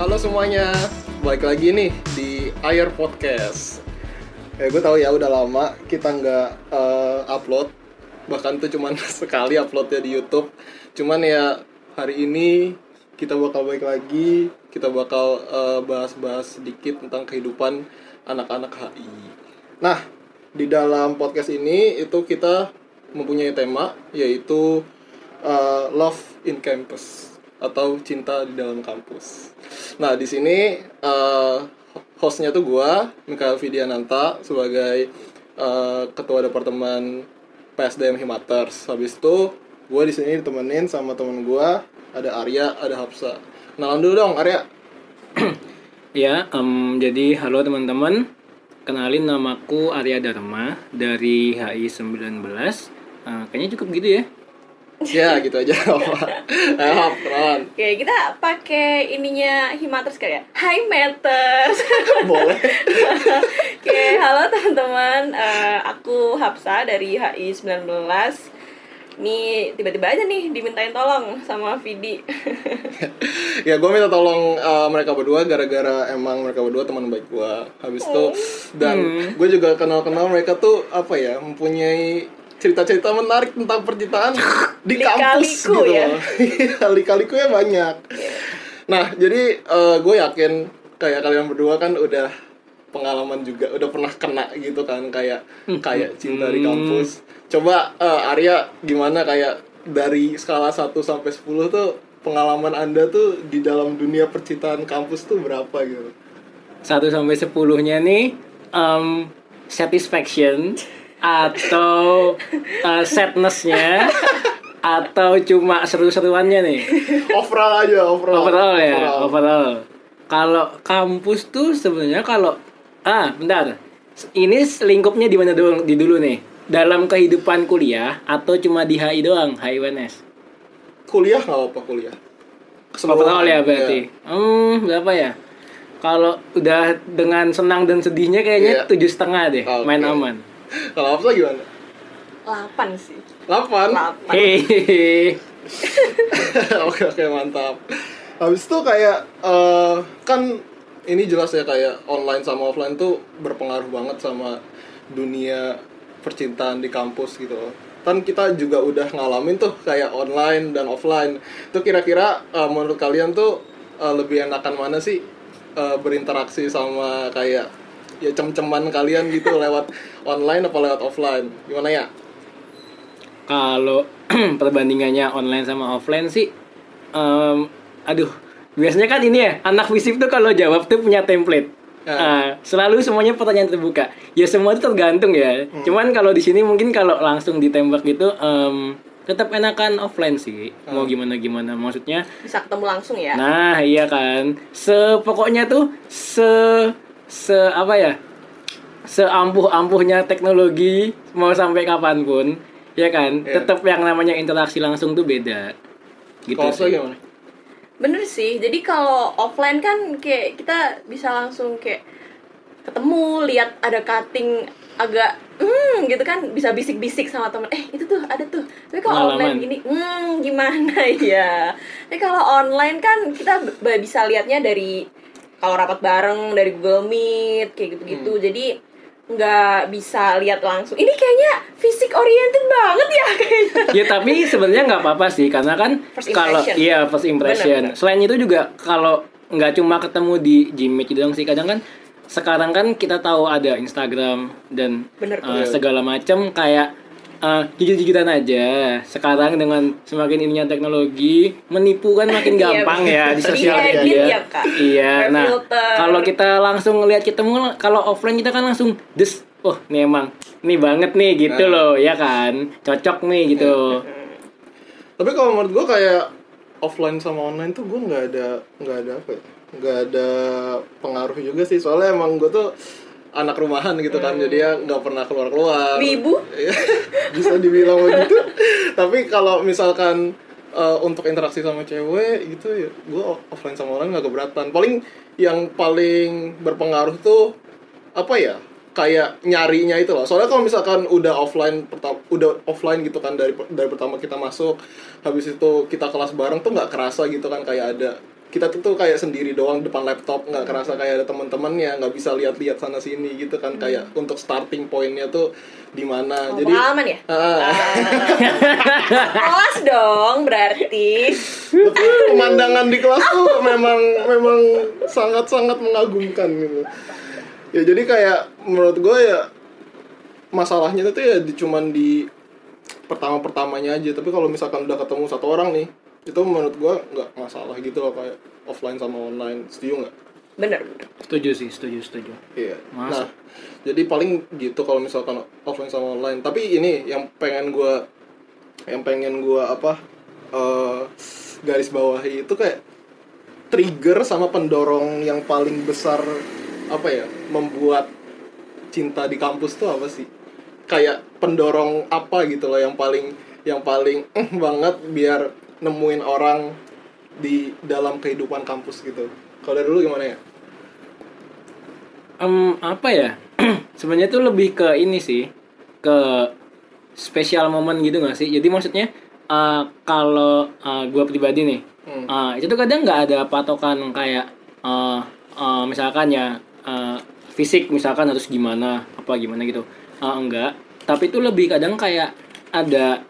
Halo semuanya, balik lagi nih di Air Podcast. Gue tahu ya udah lama kita nggak upload, bahkan itu cuman sekali uploadnya di YouTube. Cuman ya hari ini kita bakal balik lagi, kita bakal bahas-bahas sedikit tentang kehidupan anak-anak HI. Nah, di dalam podcast ini itu kita mempunyai tema yaitu Love in Campus atau cinta di dalam kampus. Nah, di sini hostnya tuh gua, Mikael Vidiananta, sebagai ketua departemen PSDM Himaters. Habis itu gua di sini ditemenin sama temen gua, ada Arya, ada Hapsa. Kenalan dulu dong, Arya. Ya, jadi halo teman-teman. Kenalin, namaku Arya Dharma dari HI 19. Kayaknya cukup gitu ya. Ya, gitu aja. Ayo, kenalan. Oke, kita pakai ininya Himaters kali ya. Hi Matters. Boleh. Oke, halo teman-teman. Aku Hapsa dari HI 19. Nih, tiba-tiba aja nih dimintain tolong sama Vidi. Ya, gue minta tolong mereka berdua gara-gara emang mereka berdua teman baik gue. Habis itu dan gue juga kenal-kenal mereka tuh apa ya, mempunyai cerita-cerita menarik tentang percintaan di kampus gitu. Ya? Lika-liku ya banyak. Nah, jadi gue yakin kayak kalian berdua kan udah pengalaman juga, udah pernah kena gitu kan, kayak cinta di kampus. Coba Arya, gimana kayak dari skala 1 sampai 10 tuh pengalaman Anda tuh di dalam dunia percintaan kampus tuh berapa gitu? 1 sampai 10-nya nih satisfaction atau sadness-nya atau cuma seru-seruannya nih? Overall aja, overall. Overall. Kalau kampus tuh sebenarnya bentar. Ini lingkupnya di mana dulu nih? Dalam kehidupan kuliah atau cuma di HI doang, HI UNS? Kuliah nggak apa kuliah? Overall ya berarti. Berapa ya? Kalau udah dengan senang dan sedihnya kayaknya 7,5 deh, Okay. main aman. Kalau apa gimana? 8 sih. 8? 8. Hehehe. Oke, mantap. Habis itu kayak kan ini jelas ya, kayak online sama offline tuh berpengaruh banget sama dunia percintaan di kampus gitu. Kan kita juga udah ngalamin tuh kayak online dan offline. Itu kira-kira menurut kalian tuh lebih enakan mana sih berinteraksi sama kayak ya cem-ceman kalian gitu lewat online apa lewat offline? Gimana ya? Kalau perbandingannya online sama offline sih, biasanya kan ini ya, anak FISIP tuh kalau jawab tuh punya template. Selalu semuanya pertanyaan terbuka. Ya semua itu tergantung ya. Cuman kalau di sini mungkin kalau langsung ditembak gitu, tetap enakan offline sih. Mau gimana maksudnya? Bisa ketemu langsung ya. Nah, iya kan. Pokoknya tuh seampuh-ampuhnya teknologi mau sampai kapanpun, ya kan? Yeah. Tetap yang namanya interaksi langsung tuh beda. Gitu sih. Gimana? Bener sih. Jadi kalau offline kan kayak kita bisa langsung kayak ketemu, lihat ada cutting agak gitu kan, bisa bisik-bisik sama temen, itu tuh ada tuh. Tapi kalau offline gini gimana ya. Tapi kalau online kan kita bisa lihatnya dari kalau rapat bareng dari Google Meet kayak gitu-gitu. Jadi nggak bisa lihat langsung. Ini kayaknya fisik oriented banget ya kayaknya. Ya tapi sebenarnya nggak apa-apa sih, karena kan kalau first impression. Bener. Selain itu juga kalau nggak cuma ketemu di Gmail doang sih, kadang kan sekarang kan kita tahu ada Instagram dan segala macam, kayak gigit-gigitan aja. Sekarang dengan semakin ininya teknologi, menipu kan makin gampang ya di sosial media. Iya, nah kalau kita langsung ngelihat ketemu, kalau offline kita kan langsung nih emang nih banget nih gitu loh, ya kan, cocok nih gitu. Tapi kalau menurut gue kayak offline sama online tuh gue nggak ada pengaruh juga sih, soalnya emang gue tuh anak rumahan gitu kan, jadi ya nggak pernah keluar. Wibu? Bisa dibilang begitu. Tapi kalau misalkan untuk interaksi sama cewek gitu ya, gue offline sama online nggak keberatan. Paling yang paling berpengaruh tuh apa ya, kayak nyarinya itu loh. Soalnya kalau misalkan udah offline gitu kan, dari pertama kita masuk, habis itu kita kelas bareng tuh nggak kerasa gitu kan, kayak ada kita tuh kayak sendiri doang depan laptop, nggak kerasa kayak ada teman-temannya, nggak bisa lihat-lihat sana sini gitu kan. Kayak untuk starting pointnya tuh di mana. Jadi pengalaman ya? Kelas dong berarti. tapi pemandangan di kelas tuh memang sangat-sangat mengagumkan gitu. Ya jadi kayak menurut gue ya masalahnya itu ya cuman di pertamanya aja. Tapi kalau misalkan udah ketemu satu orang nih, itu menurut gue nggak masalah gitu loh, kayak offline sama online. Setuju nggak? Bener. Setuju sih, setuju. Iya. Masa? Nah, jadi paling gitu kalau misalkan offline sama online. Tapi ini yang pengen gue garis bawahi itu kayak trigger sama pendorong yang paling besar membuat cinta di kampus tuh apa sih? Kayak pendorong apa gitu loh yang paling banget biar nemuin orang di dalam kehidupan kampus gitu. Kalau dari dulu gimana ya? Apa ya? Sebenarnya tuh lebih ke ini sih, ke special moment gitu nggak sih? Jadi maksudnya kalau gue pribadi nih, itu tuh kadang nggak ada patokan kayak misalkan ya fisik misalkan harus gimana gitu. Enggak, tapi itu lebih kadang kayak ada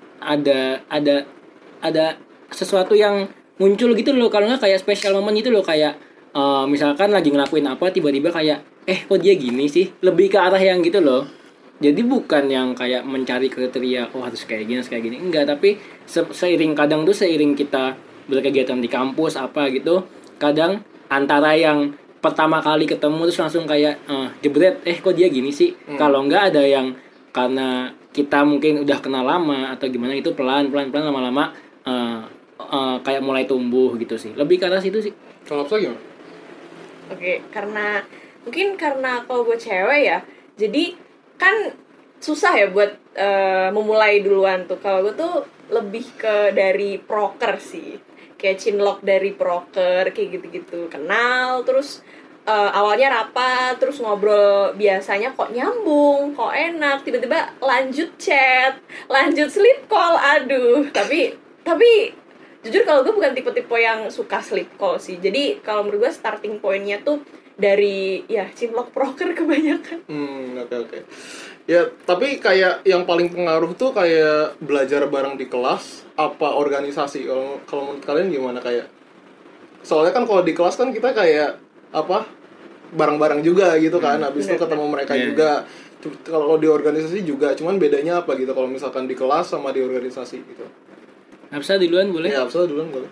sesuatu yang muncul gitu loh. Kalau nggak kayak special moment gitu loh, kayak misalkan lagi ngelakuin apa tiba-tiba kayak kok dia gini sih, lebih ke arah yang gitu loh. Jadi bukan yang kayak mencari kriteria harus kayak gini enggak, tapi seiring kita berkegiatan di kampus apa gitu, kadang antara yang pertama kali ketemu terus langsung kayak jebret kok dia gini sih. Kalau enggak ada yang karena kita mungkin udah kenal lama atau gimana, itu pelan lama-lama kayak mulai tumbuh gitu sih. Lebih ke arah situ sih. Kalau apa gimana? Oke, karena kalau gue cewek ya, jadi kan susah ya buat memulai duluan tuh. Kalau gue tuh lebih ke dari proker sih, kayak chinlock dari proker kayak gitu-gitu. Kenal terus awalnya rapat, terus ngobrol biasanya kok nyambung, kok enak, tiba-tiba lanjut chat, lanjut sleep call. Aduh, tapi jujur kalau gue bukan tipe-tipe yang suka sleep call sih. Jadi kalau menurut gue starting pointnya tuh dari ya chinlock proker kebanyakan. Oke. Ya, tapi kayak yang paling pengaruh tuh kayak belajar bareng di kelas apa organisasi. Kalau menurut kalian gimana? Kayak soalnya kan kalau di kelas kan kita kayak bareng-bareng juga gitu kan. Habis itu ketemu mereka juga. Kalau di organisasi juga, cuman bedanya apa gitu kalau misalkan di kelas sama di organisasi gitu. Hafsa duluan boleh? Ya, Hafsa duluan boleh.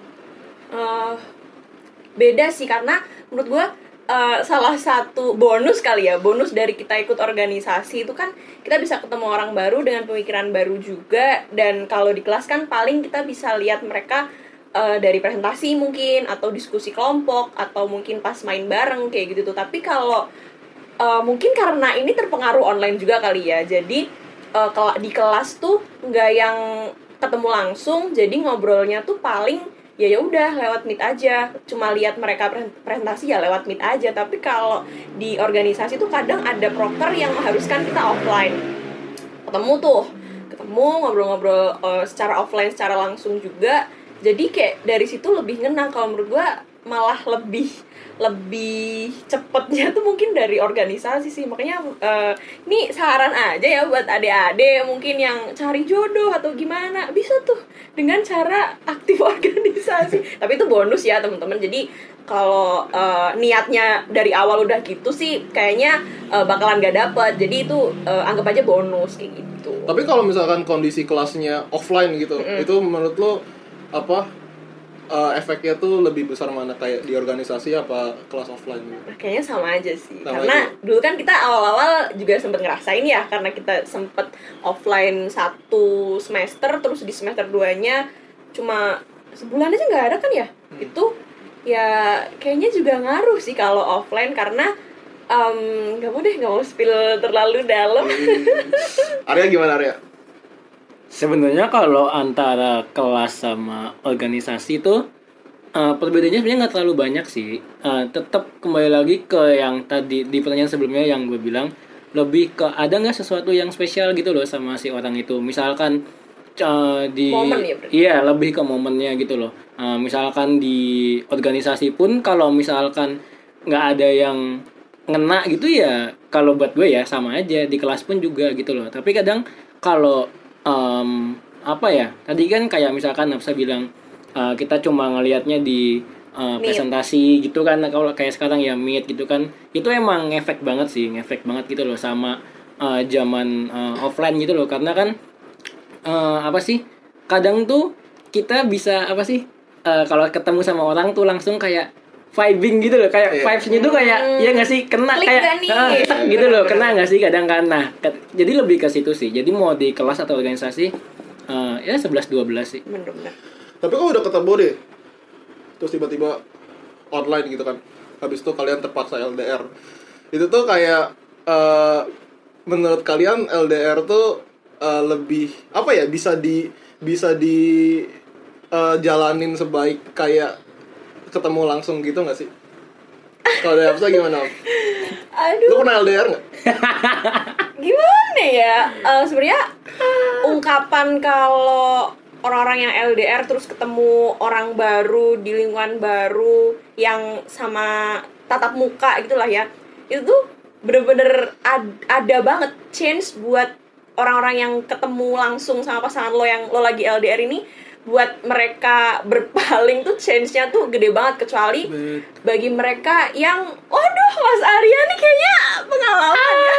Beda sih, karena menurut gue salah satu bonus dari kita ikut organisasi itu kan kita bisa ketemu orang baru dengan pemikiran baru juga. Dan kalau di kelas kan paling kita bisa lihat mereka dari presentasi mungkin, atau diskusi kelompok, atau mungkin pas main bareng kayak gitu tuh. Tapi kalau mungkin karena ini terpengaruh online juga kali ya, jadi di kelas tuh nggak yang ketemu langsung, jadi ngobrolnya tuh paling ya udah lewat meet aja, cuma lihat mereka presentasi ya lewat meet aja. Tapi kalau di organisasi tuh kadang ada proker yang mengharuskan kita offline, ketemu ngobrol-ngobrol secara offline, secara langsung juga. Jadi kayak dari situ lebih ngena. Kalau menurut gue malah lebih cepetnya tuh mungkin dari organisasi sih. Makanya ini saran aja ya buat adik-adik mungkin yang cari jodoh atau gimana, bisa tuh dengan cara aktif organisasi. Tapi itu bonus ya teman-teman. Jadi kalau niatnya dari awal udah gitu sih kayaknya bakalan gak dapet. Jadi itu anggap aja bonus kayak gitu. Tapi kalau misalkan kondisi kelasnya offline gitu, itu menurut lo efeknya tuh lebih besar mana, kayak di organisasi apa kelas offline gitu? Kayaknya sama aja sih. Karena dulu kan kita awal-awal juga sempet ngerasain ya, karena kita sempet offline 1 semester, terus di semester 2-nya cuma sebulan aja nggak ada kan ya. Itu ya kayaknya juga ngaruh sih kalau offline, karena nggak mau spill terlalu dalam. Arya gimana, Arya? Sebenarnya kalau antara kelas sama organisasi itu perbedaannya sebenarnya nggak terlalu banyak sih. Tetap kembali lagi ke yang tadi di pertanyaan sebelumnya yang gue bilang, lebih ke ada nggak sesuatu yang spesial gitu loh sama si orang itu. Misalkan di momen ya berarti? Iya, lebih ke momennya gitu loh. Misalkan di organisasi pun kalau misalkan nggak ada yang ngena gitu ya, kalau buat gue ya sama aja, di kelas pun juga gitu loh. Tapi kadang kalau apa ya, tadi kan kayak misalkan Nafsa bilang kita cuma ngelihatnya di presentasi gitu kan, kalau kayak sekarang ya meet gitu kan, itu emang ngefek banget sih, ngefek banget gitu loh sama zaman offline gitu loh. Karena kan apa sih, kadang tuh kita bisa apa sih, kalau ketemu sama orang tuh langsung kayak vibing gitu loh, kayak vibes-nya tuh kayak ya nggak sih, kena klik kayak tek gitu loh, kena nggak sih kadang kan. Nah jadi lebih ke situ sih, jadi mau di kelas atau organisasi ya 11-12 sih. Bener-bener. Tapi kok udah ketemu deh, terus tiba-tiba online gitu kan, habis itu kalian terpaksa LDR, itu tuh kayak menurut kalian LDR tuh lebih apa ya, bisa di jalanin sebaik kayak ketemu langsung gitu nggak sih? Kalau dari Hafsa gimana? Aduh. Lu pernah LDR nggak? Gimana ya? Sebenarnya ungkapan kalau orang-orang yang LDR terus ketemu orang baru di lingkungan baru yang sama tatap muka gitulah ya, itu tuh bener-bener ada banget change buat orang-orang yang ketemu langsung sama pasangan lo yang lo lagi LDR ini. Buat mereka berpaling tuh change-nya tuh gede banget, kecuali bagi mereka yang waduh Mas Arya nih kayaknya pengalaman ya.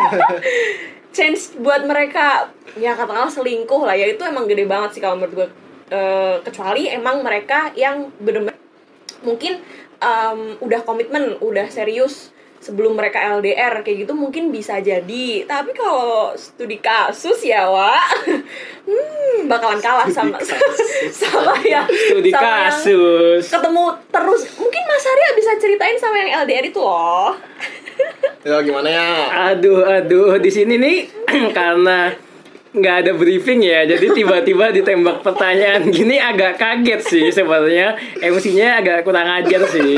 Change buat mereka ya katakanlah selingkuh lah ya, itu emang gede banget sih kalau menurut gue. Kecuali emang mereka yang bener-bener mungkin udah komitmen, udah serius sebelum mereka LDR kayak gitu mungkin bisa jadi. Tapi kalau studi kasus ya Wak, bakalan kalah sama yang studi kasus. Ketemu terus. Mungkin Mas Arya bisa ceritain sama yang LDR itu loh. Ya gimana ya? Aduh di sini nih karena nggak ada briefing ya, jadi tiba-tiba ditembak pertanyaan gini agak kaget sih sebenarnya. MC-nya agak kurang ajar sih.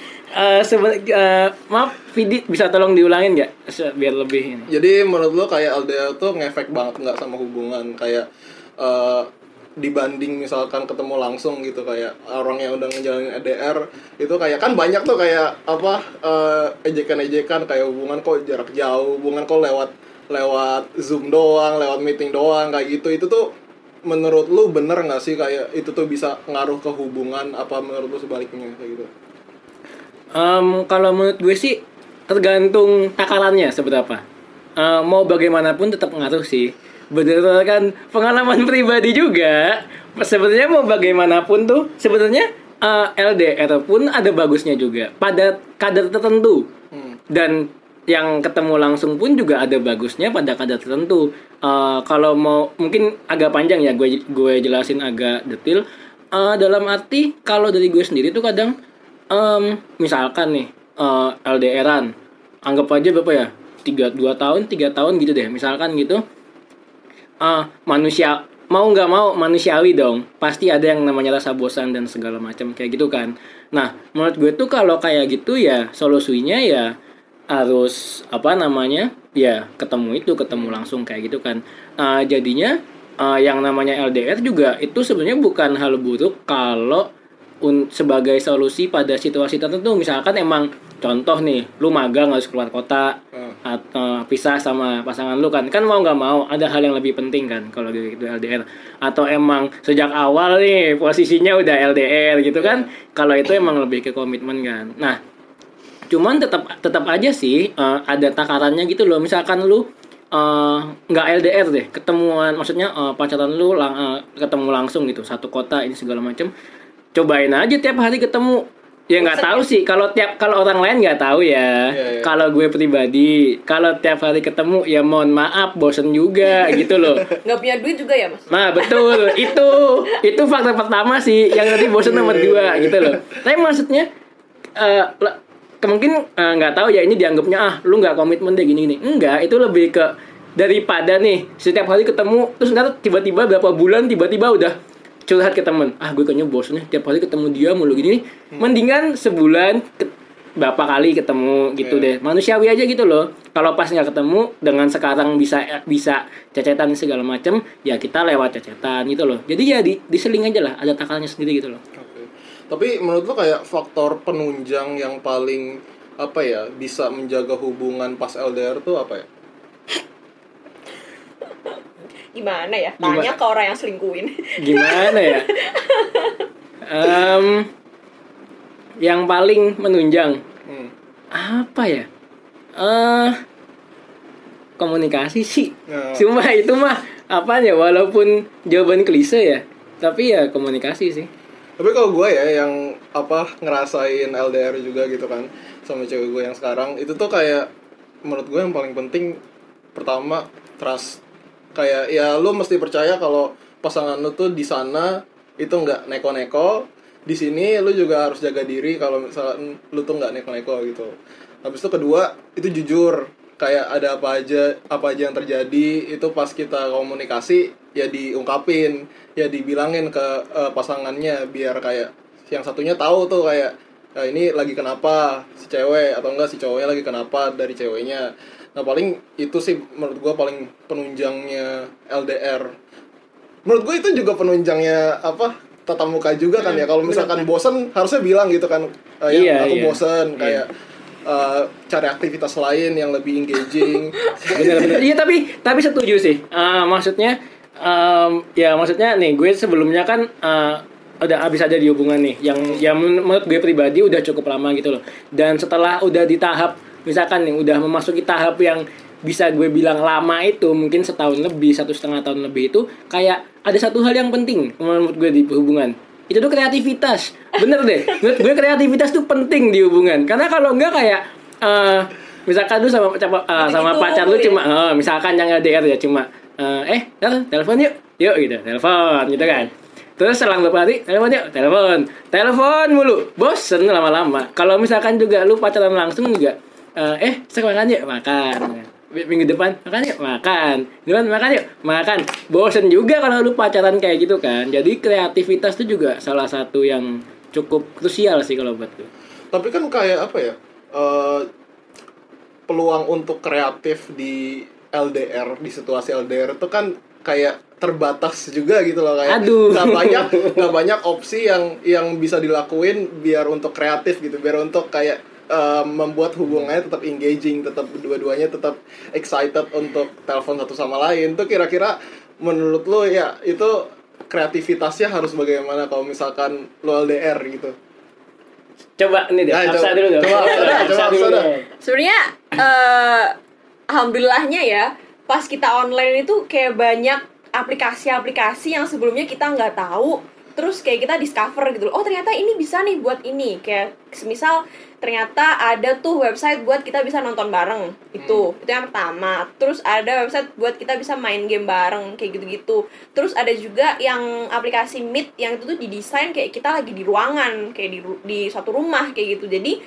Maaf Vidi, bisa tolong diulangin nggak biar lebih ini. Jadi menurut lo kayak LDR tuh ngefek banget nggak sama hubungan, kayak dibanding misalkan ketemu langsung gitu, kayak orang yang udah ngejalanin LDR itu kayak kan banyak tuh kayak apa ejekan-ejekan kayak hubungan kok jarak jauh, hubungan kok lewat Zoom doang, lewat meeting doang kayak gitu. Itu tuh menurut lo bener nggak sih kayak itu tuh bisa ngaruh ke hubungan, apa menurut lo sebaliknya kayak gitu? Kalau menurut gue sih tergantung takarannya seberapa. Mau bagaimanapun tetap ngaruh sih. Berdasarkan pengalaman pribadi juga, sebenarnya mau bagaimanapun tuh sebenarnya LDR pun ada bagusnya juga pada kadar tertentu. Dan yang ketemu langsung pun juga ada bagusnya pada kadar tertentu. Kalau mau mungkin agak panjang ya, gue jelasin agak detail. Dalam arti kalau dari gue sendiri tuh kadang misalkan nih LDR-an, anggap aja berapa ya, 3 tahun gitu deh misalkan gitu. Manusia mau nggak mau manusiawi dong, pasti ada yang namanya rasa bosan dan segala macam kayak gitu kan. Nah menurut gue tuh kalau kayak gitu ya solusinya ya harus apa namanya ya ketemu langsung kayak gitu kan. Jadinya yang namanya LDR juga itu sebenarnya bukan hal buruk kalau sebagai solusi pada situasi tertentu. Misalkan emang contoh nih, lu magang harus keluar kota atau pisah sama pasangan lu kan mau nggak mau ada hal yang lebih penting kan kalau gitu LDR. Atau emang sejak awal nih posisinya udah LDR gitu kan, kalau itu emang lebih ke komitmen kan. Nah cuman tetap aja sih ada takarannya gitu loh. Misalkan lu nggak LDR deh, ketemuan maksudnya pacaran lu ketemu langsung gitu satu kota ini segala macam, cobain aja tiap hari ketemu. Ya nggak tahu sih kalau orang lain nggak tahu ya. Kalau gue pribadi kalau tiap hari ketemu ya mohon maaf bosen juga gitu loh. Nggak punya duit juga ya Mas? Nah betul, itu faktor pertama sih yang tadi bosen nomor 2 gitu loh. Tapi maksudnya mungkin nggak tahu ya, ini dianggapnya lu nggak komitmen deh gini. Enggak, itu lebih ke daripada nih setiap hari ketemu terus nanti tiba-tiba berapa bulan tiba-tiba udah curhat ke temen, gue kayaknya bosen nih tiap hari ketemu dia mulu gini nih. Mendingan sebulan berapa kali ketemu gitu deh, manusiawi aja gitu loh. Kalau pas nggak ketemu dengan sekarang bisa cecetan segala macem, ya kita lewat cecetan gitu loh. Jadi ya diseling aja lah, ada takalnya sendiri gitu loh. Oke. Tapi menurut lo kayak faktor penunjang yang paling apa ya bisa menjaga hubungan pas LDR tuh apa ya? Gimana ya? Tanya ke orang yang selingkuhin. Gimana ya? Yang paling menunjang apa ya? Komunikasi sih. Cuma itu mah apa ya? Walaupun jawaban klise ya, tapi ya komunikasi sih. Tapi kalau gue ya yang apa ngerasain LDR juga gitu kan sama cewek gue yang sekarang, itu tuh kayak menurut gue yang paling penting pertama trust. Kayak ya lu mesti percaya kalau pasangan lu tuh di sana itu nggak neko-neko, di sini lu juga harus jaga diri kalau misalnya lu tuh nggak neko-neko gitu. Habis itu kedua itu jujur, kayak ada apa aja yang terjadi itu pas kita komunikasi ya diungkapin, ya dibilangin ke pasangannya biar kayak yang satunya tahu tuh kayak ini lagi kenapa si cewek atau enggak si cowoknya lagi kenapa dari ceweknya. Nah paling itu sih menurut gue paling penunjangnya LDR. Menurut gue itu juga penunjangnya apa tatap muka juga kan ya. Kalau misalkan bosen harusnya bilang gitu kan, aku bosen kayak cari aktivitas lain yang lebih engaging. Benar-benar. Iya tapi setuju sih. Maksudnya maksudnya nih gue sebelumnya kan udah habis ada di hubungan nih yang menurut gue pribadi udah cukup lama gitu loh. Dan setelah udah di tahap misalkan nih udah memasuki tahap yang bisa gue bilang lama itu mungkin setahun lebih, 1,5 tahun lebih itu kayak ada satu hal yang penting menurut gue di hubungan. Itu tuh kreativitas. Bener deh. Menurut gue kreativitas tuh penting di hubungan. Karena kalau enggak kayak misalkan lu sama pacar lu cuma misalkan yang LDR ya cuma telepon yuk gitu, telepon gitu kan. Terus selang beberapa hari, telepon mulu, bosen lama-lama. Kalau misalkan juga lu pacaran langsung juga, sekarang yuk makan. Minggu depan makan yuk makan. Depan makan yuk makan. Bosen juga kalau lu pacaran kayak gitu kan. Jadi kreativitas itu juga salah satu yang cukup krusial sih kalau buat gue. Tapi kan kayak apa ya? Peluang untuk kreatif di LDR, di situasi LDR itu kan kayak terbatas juga gitu loh, kayak nggak banyak opsi yang bisa dilakuin biar untuk kreatif gitu, biar untuk kayak membuat hubungannya tetap engaging, tetap dua-duanya tetap excited untuk telepon satu sama lain. Tuh kira-kira menurut lo ya itu kreativitasnya harus bagaimana kalau misalkan lo LDR gitu? Coba ini deh, Hafsa dulu dong. Coba. Sebenarnya alhamdulillahnya ya, pas kita online itu kayak banyak aplikasi-aplikasi yang sebelumnya kita nggak tahu, terus kayak kita discover gitu loh. Oh ternyata ini bisa nih buat ini. Kayak semisal ternyata ada tuh website buat kita bisa nonton bareng. Itu yang pertama. Terus ada website buat kita bisa main game bareng kayak gitu-gitu. Terus ada juga yang aplikasi Meet yang itu tuh didesain kayak kita lagi di ruangan, kayak di suatu rumah kayak gitu. Jadi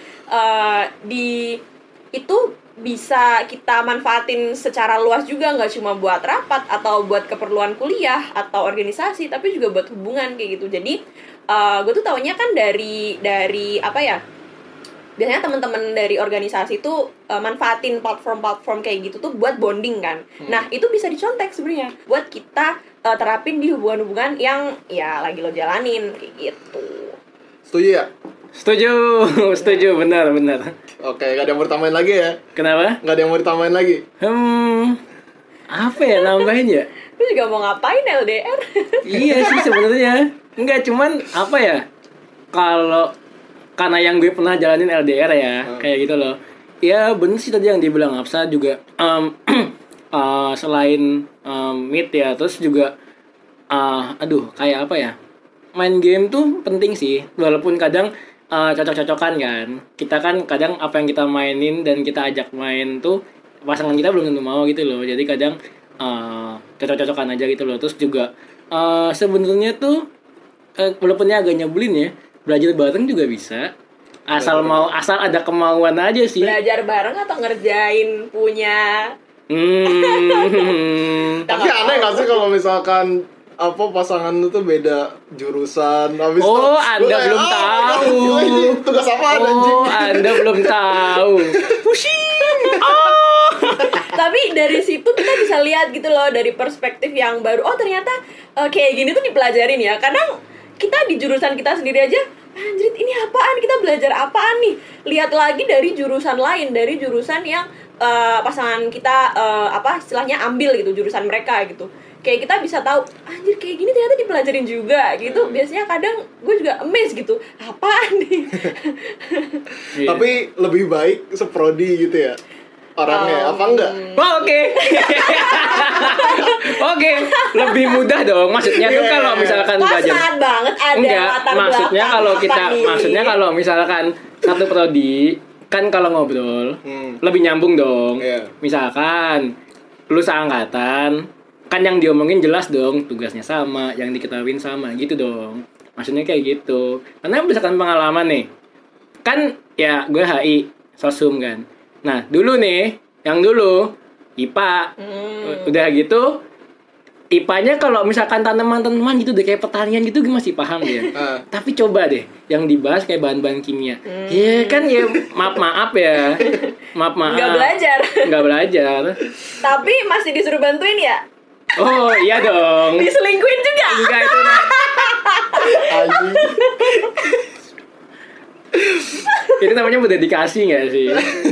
itu bisa kita manfaatin secara luas juga, nggak cuma buat rapat atau buat keperluan kuliah atau organisasi, tapi juga buat hubungan kayak gitu. Jadi gue tuh taunya kan dari apa ya, biasanya teman-teman dari organisasi tuh manfaatin platform kayak gitu tuh buat bonding kan. Nah itu bisa dicontek sebenarnya buat kita terapin di hubungan-hubungan yang ya lagi lo jalanin kayak gitu. Setuju ya? Setuju, benar. Oke, gak ada yang mau ditambahin lagi ya? Kenapa? Gak ada yang mau ditambahin lagi? Apa ya nambahin ya? Lu juga mau ngapain LDR? Iya sih sebenarnya. Enggak, cuman apa ya? Karena yang gue pernah jalanin LDR ya, kayak gitu loh. Ya bener sih tadi yang dibilang Hafsa juga. Selain Meet ya, terus juga kayak apa ya? Main game tuh penting sih, walaupun kadang cocok-cocokan kan. Kita kan kadang apa yang kita mainin dan kita ajak main tuh pasangan kita belum tentu mau gitu loh. Jadi kadang cocok-cocokan aja gitu loh. Terus juga sebenarnya tuh walaupun agak nyebelin ya, belajar bareng juga bisa. Asal ada kemauan aja sih. Belajar bareng atau ngerjain punya. Tapi aneh nggak sih kalau misalkan apa pasangan lu tuh beda jurusan. Habis Oh, itu, Anda lu kayak, belum tahu. ini tugas apaan anjing? Oh, Anda belum tahu. Pusing. Oh. Tapi dari situ kita bisa lihat gitu loh, dari perspektif yang baru. Oh ternyata kayak gini tuh dipelajarin ya. Kadang kita di jurusan kita sendiri aja, anjir ini apaan, kita belajar apaan nih. Lihat lagi dari jurusan lain, dari jurusan yang pasangan kita istilahnya ambil gitu, jurusan mereka gitu. Kayak kita bisa tahu, anjir kayak gini ternyata dipelajarin juga gitu. Biasanya kadang gue juga amazed gitu, apaan nih. Tapi lebih baik seprodi gitu ya orangnya, apa enggak? Oh, oke. Oke, lebih mudah dong. Maksudnya tuh kalau misalkan belajar. Sangat banget ada Enggak, latar maksudnya belakang kalau apa kita nih. maksudnya kalau misalkan satu prodi kan kalau ngobrol lebih nyambung dong. Iya. Misalkan lu seangkatan, kan yang diomongin jelas dong, tugasnya sama, yang diketahuin sama gitu dong. Maksudnya kayak gitu. Karena berdasarkan pengalaman nih. Kan ya gue HI, sosum kan. Nah, dulu nih, yang dulu IPA. Udah gitu IPA-nya kalau misalkan tanaman-tanaman gitu deh kayak pertanian gitu gue masih paham ya. Tapi coba deh yang dibahas kayak bahan-bahan kimia. Ya kan ya maaf ya. Maaf. Nggak belajar. Tapi masih disuruh bantuin ya? Oh, iya dong. Diselingkuhin juga? Enggak itu. Anjing. Itu namanya berdedikasi nggak sih?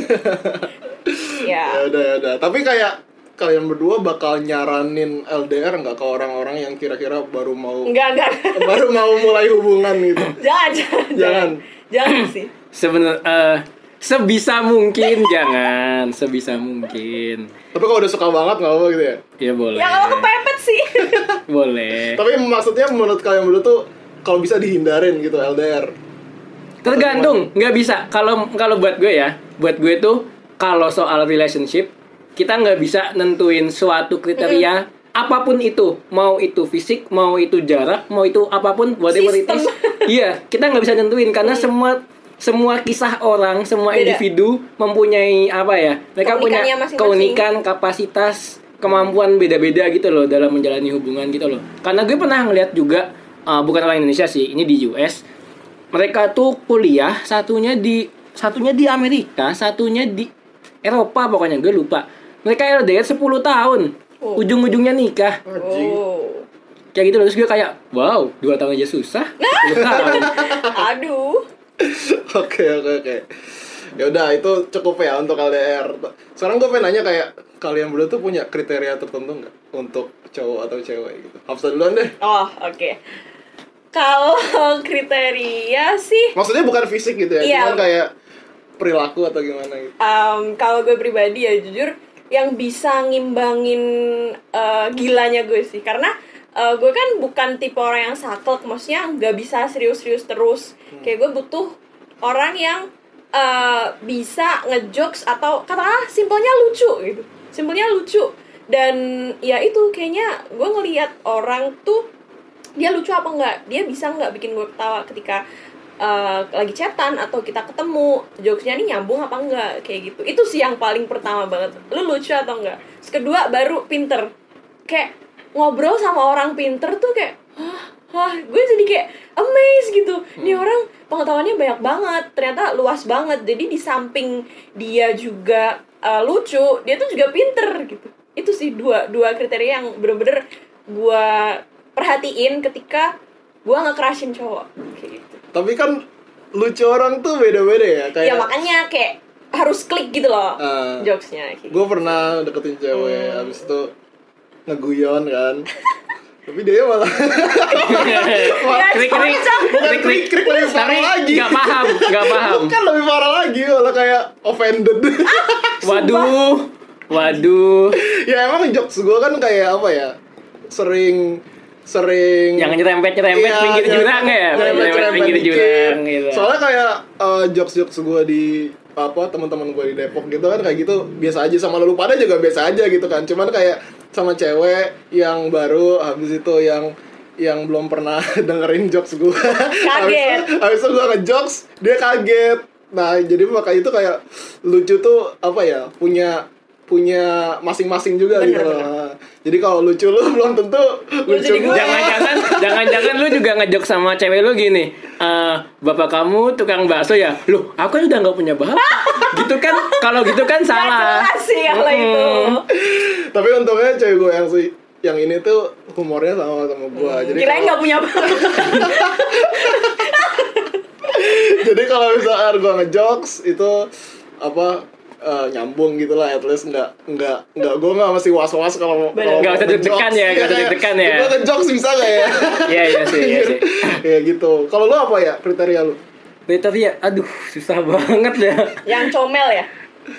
Ya. Ya udah. Tapi kayak kalian berdua bakal nyaranin LDR nggak ke orang-orang yang kira-kira baru mau Enggak. baru mau mulai hubungan gitu? Jangan sih. Sebenarnya sebisa mungkin jangan, sebisa mungkin. Tapi kalau udah suka banget nggak apa gitu ya? Ya boleh. Ya kalau kepepet sih. Boleh. Tapi maksudnya menurut kalian berdua tuh kalau bisa dihindarin gitu LDR? Tergantung, nggak bisa. Kalau buat gue ya, buat gue tuh kalau soal relationship kita nggak bisa nentuin suatu kriteria apapun itu, mau itu fisik, mau itu jarak, mau itu apapun, whatever it is. Iya, kita nggak bisa nentuin karena semua kisah orang, semua Beda. individu mempunyai apa ya? Mereka punya Keunikannya masing-masing. keunikan, kapasitas, kemampuan beda-beda gitu loh dalam menjalani hubungan gitu loh. Karena gue pernah ngeliat juga bukan orang Indonesia sih, ini di US. Mereka tuh kuliah satunya di Amerika, satunya di Eropa pokoknya gue lupa. Mereka LDR 10 tahun. Ujung-ujungnya nikah. Oh. Kayak gitu loh. Terus gue kayak, wow, 2 tahun aja susah. 10 tahun. Aduh. Oke. Ya udah itu cukup ya untuk LDR. Sekarang gue pengen nanya kayak kalian berdua tuh punya kriteria tertentu nggak untuk cowok atau cewek gitu? Hafsa duluan deh. Oh, oke. Kalau kriteria sih, Maksudnya bukan fisik gitu ya, Iya. cuman kayak perilaku atau gimana gitu. kalau gue pribadi ya jujur yang bisa ngimbangin gilanya gue sih, karena gue kan bukan tipe orang yang saklek, maksudnya nggak bisa serius-serius terus. Kayak gue butuh orang yang bisa ngejokes atau katakanlah simpelnya lucu. Dan ya itu kayaknya gue ngelihat orang tuh dia lucu apa enggak, dia bisa nggak bikin gue ketawa ketika lagi chatan atau kita ketemu, jokesnya nih nyambung apa enggak, kayak gitu. Itu sih yang paling pertama banget, lu lucu atau enggak. Terus kedua baru pinter, kayak ngobrol sama orang pinter tuh kayak gue jadi kayak amazed gitu. Nih orang pengetahuannya banyak banget, ternyata luas banget. Jadi di samping dia juga lucu, dia tuh juga pinter gitu. Itu sih dua kriteria yang bener-bener gue perhatiin ketika gue nge-crushin cowok kayak gitu. Tapi kan lucu orang tuh beda-beda ya, kayak Ya makanya kayak harus klik gitu loh jokesnya. gue pernah deketin cewek, abis itu ngeguyon kan. Tapi dia malah Krik krik lebih parah lagi. Gak paham. Bukan lebih parah lagi, malah kayak offended. Waduh. Ya emang jokes gue kan kayak apa ya, sering Yang nyerempet Iya, pinggir jurang ya, nyerempet pinggir dikit. jurang gitu. Soalnya kayak jokes gue di teman-teman gue di Depok gitu kan kayak gitu biasa aja, sama lu pada juga biasa aja gitu kan. Cuman kayak sama cewek yang baru, habis itu yang belum pernah dengerin jokes gue. Kaget. Habis itu gue ngejokes, dia kaget. Nah, jadi makanya itu kayak lucu tuh apa ya, punya punya masing-masing juga Bener, gitu loh. Jadi kalau lucu lu belum tentu lucu jadi gue. Jangan-jangan lu juga ngejok sama cewek lu gini, bapak kamu tukang bakso ya? Loh, aku kan udah nggak punya bapak. Gitu kan? Kalau gitu kan salah. Jelas sih kalau itu. Tapi untungnya cewek gue yang ini tuh humornya sama gue. Jadi Kirain nggak punya bapak. jadi kalau misalkan gue ngejokes itu apa nyambung gitu lah, at least nggak gue nggak masih was-was kalau Nggak usah deg-degan ya, nggak usah deg-degan ya. Gue ngejokes bisa nggak ya? Iya sih. Ya gitu. Kalau lu apa ya kriteria lu? Kriteria, aduh susah banget ya. Yang comel ya.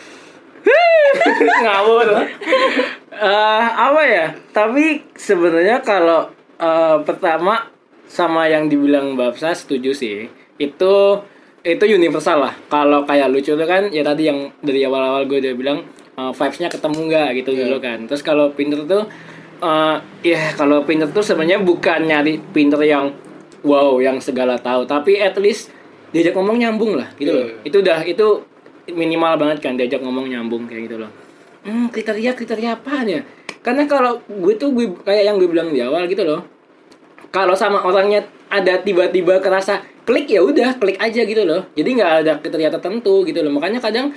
Ngawur. Apa ya? Tapi sebenarnya kalau pertama sama yang dibilang Babsa setuju sih. Itu universal lah. Kalau kayak lucu tuh kan ya tadi yang dari awal-awal gue udah bilang vibes-nya ketemu nggak gitu dulu kan. Terus kalau pinter tuh kalau pinter tuh sebenarnya bukan nyari pinter yang wow yang segala tahu, tapi at least diajak ngomong nyambung lah gitu loh. Itu minimal banget kan diajak ngomong nyambung kayak gitu loh. Kriteria apaan ya? Karena kalau gue kayak yang gue bilang di awal gitu loh. Kalau sama orangnya ada tiba-tiba kerasa klik ya udah klik aja gitu loh. Jadi nggak ada kriteria tertentu gitu loh. Makanya kadang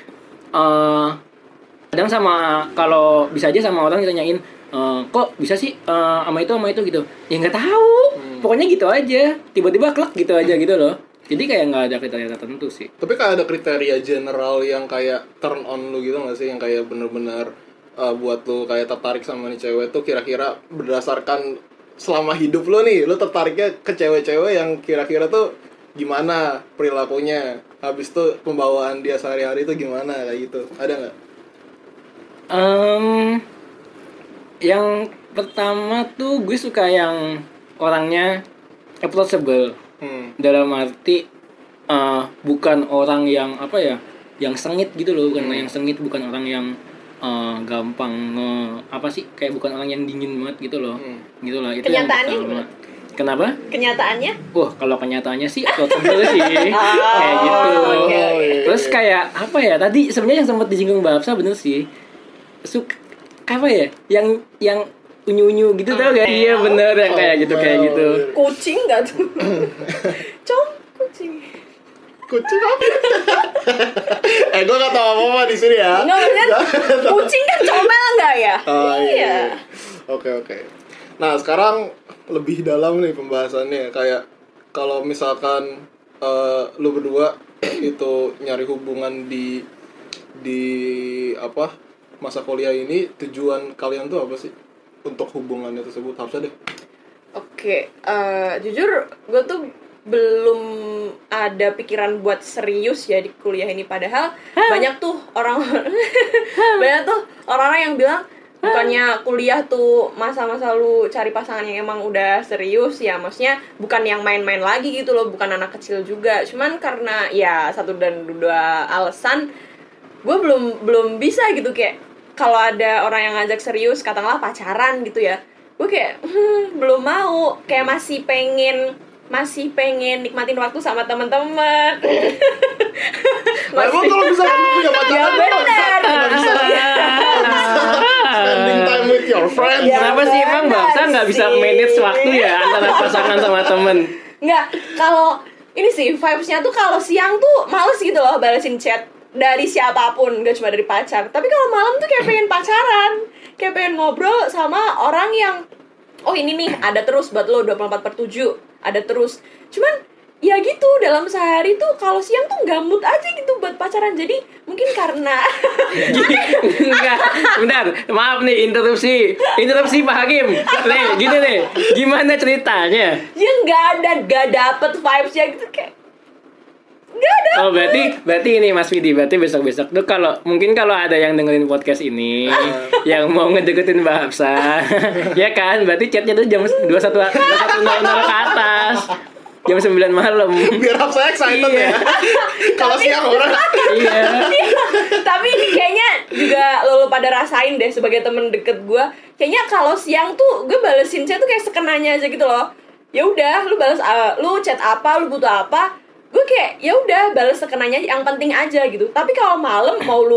sama kalau bisa aja sama orang ditanyain kok bisa sih sama itu gitu. Ya nggak tahu. Pokoknya gitu aja. Tiba-tiba klik gitu aja gitu loh. Jadi kayak nggak ada kriteria tertentu sih. Tapi kayak ada kriteria general yang kayak turn on lu gitu nggak sih? Yang kayak bener-bener buat lu kayak tertarik sama nih cewek tuh kira-kira berdasarkan selama hidup lu nih, lu tertariknya ke cewek-cewek yang kira-kira tuh gimana perilakunya, habis tuh pembawaan dia sehari-hari tuh gimana kayak gitu, ada nggak? Yang pertama tuh gue suka yang orangnya approachable. Dalam arti bukan orang yang apa ya, yang sengit gitu loh, bukan orang yang sengit, bukan orang yang gampang kayak bukan orang yang dingin banget gitu loh. Gitu lah. Itu Kenyataannya yang pertama. Kenapa? Kenyataannya? Wah, kalau kenyataannya sih approachable sih. Kayak gitu. Okay. Terus kayak apa ya? Tadi sebenarnya yang sempat disinggung Mbak Hafsa bener sih. Apa ya? Yang unyu-unyu gitu tau gak? Iya bener yang kayak gitu. Kucing gak tuh? Kucing apa? Gue gak tau apa-apa di sini ya. Enggak, maksudnya kucing kan comel gak ya? Iya. Oke. Nah sekarang lebih dalam nih pembahasannya. Kayak kalau misalkan lu berdua itu nyari hubungan di apa masa kuliah ini, tujuan kalian tuh apa sih untuk hubungannya tersebut? Harusnya deh. Oke, jujur gue tuh belum ada pikiran buat serius ya di kuliah ini, padahal banyak tuh orang-orang yang bilang bukannya kuliah tuh masa-masa lu cari pasangan yang emang udah serius ya, maksudnya bukan yang main-main lagi gitu loh, bukan anak kecil juga. Cuman karena ya satu dan dua alasan gue belum bisa gitu, kayak kalau ada orang yang ngajak serius katakanlah pacaran gitu ya, gue kayak belum mau, kayak masih pengen nikmatin waktu sama teman-teman. Emang kalau bisa punya pacaran bisa spending time with your friends. Kenapa sih emang Babsa nggak bisa manage waktu ya antara pasangan sama temen? Nggak, kalau ini sih vibes-nya tuh kalau siang tuh males gitu loh balesin chat dari siapapun, gak cuma dari pacar. Tapi kalau malam tuh kayak pengen pacaran, kayak pengen ngobrol sama orang yang ini nih ada terus buat lo 24/7, ada terus. Cuman ya gitu, dalam sehari tuh kalau siang tuh nggak mood aja gitu buat pacaran. Jadi mungkin karena enggak, bentar, maaf nih interupsi Pak Hakim. Nih, gini nih, gimana ceritanya? ya nggak dapet vibes-nya gitu, kayak nggak ada. Oh berarti ini Mas Widi, berarti besok tuh kalau ada yang dengerin podcast ini yang mau ngedeketin Mbak Hafsa, ya kan, berarti chatnya tuh jam 21.00 ke atas, jam 9 malam. Biar Hafsa excited ya. Kalau siang orang. Iya. Tapi ini kayaknya juga lo pada rasain deh sebagai temen deket gue. Kayaknya kalau siang tuh gue balesin chat tuh kayak sekenanya aja gitu loh. Ya udah, lu balas lu chat apa, lu butuh apa, gue kayak ya udah balas sekenanya yang penting aja gitu. Tapi kalau malam mau lu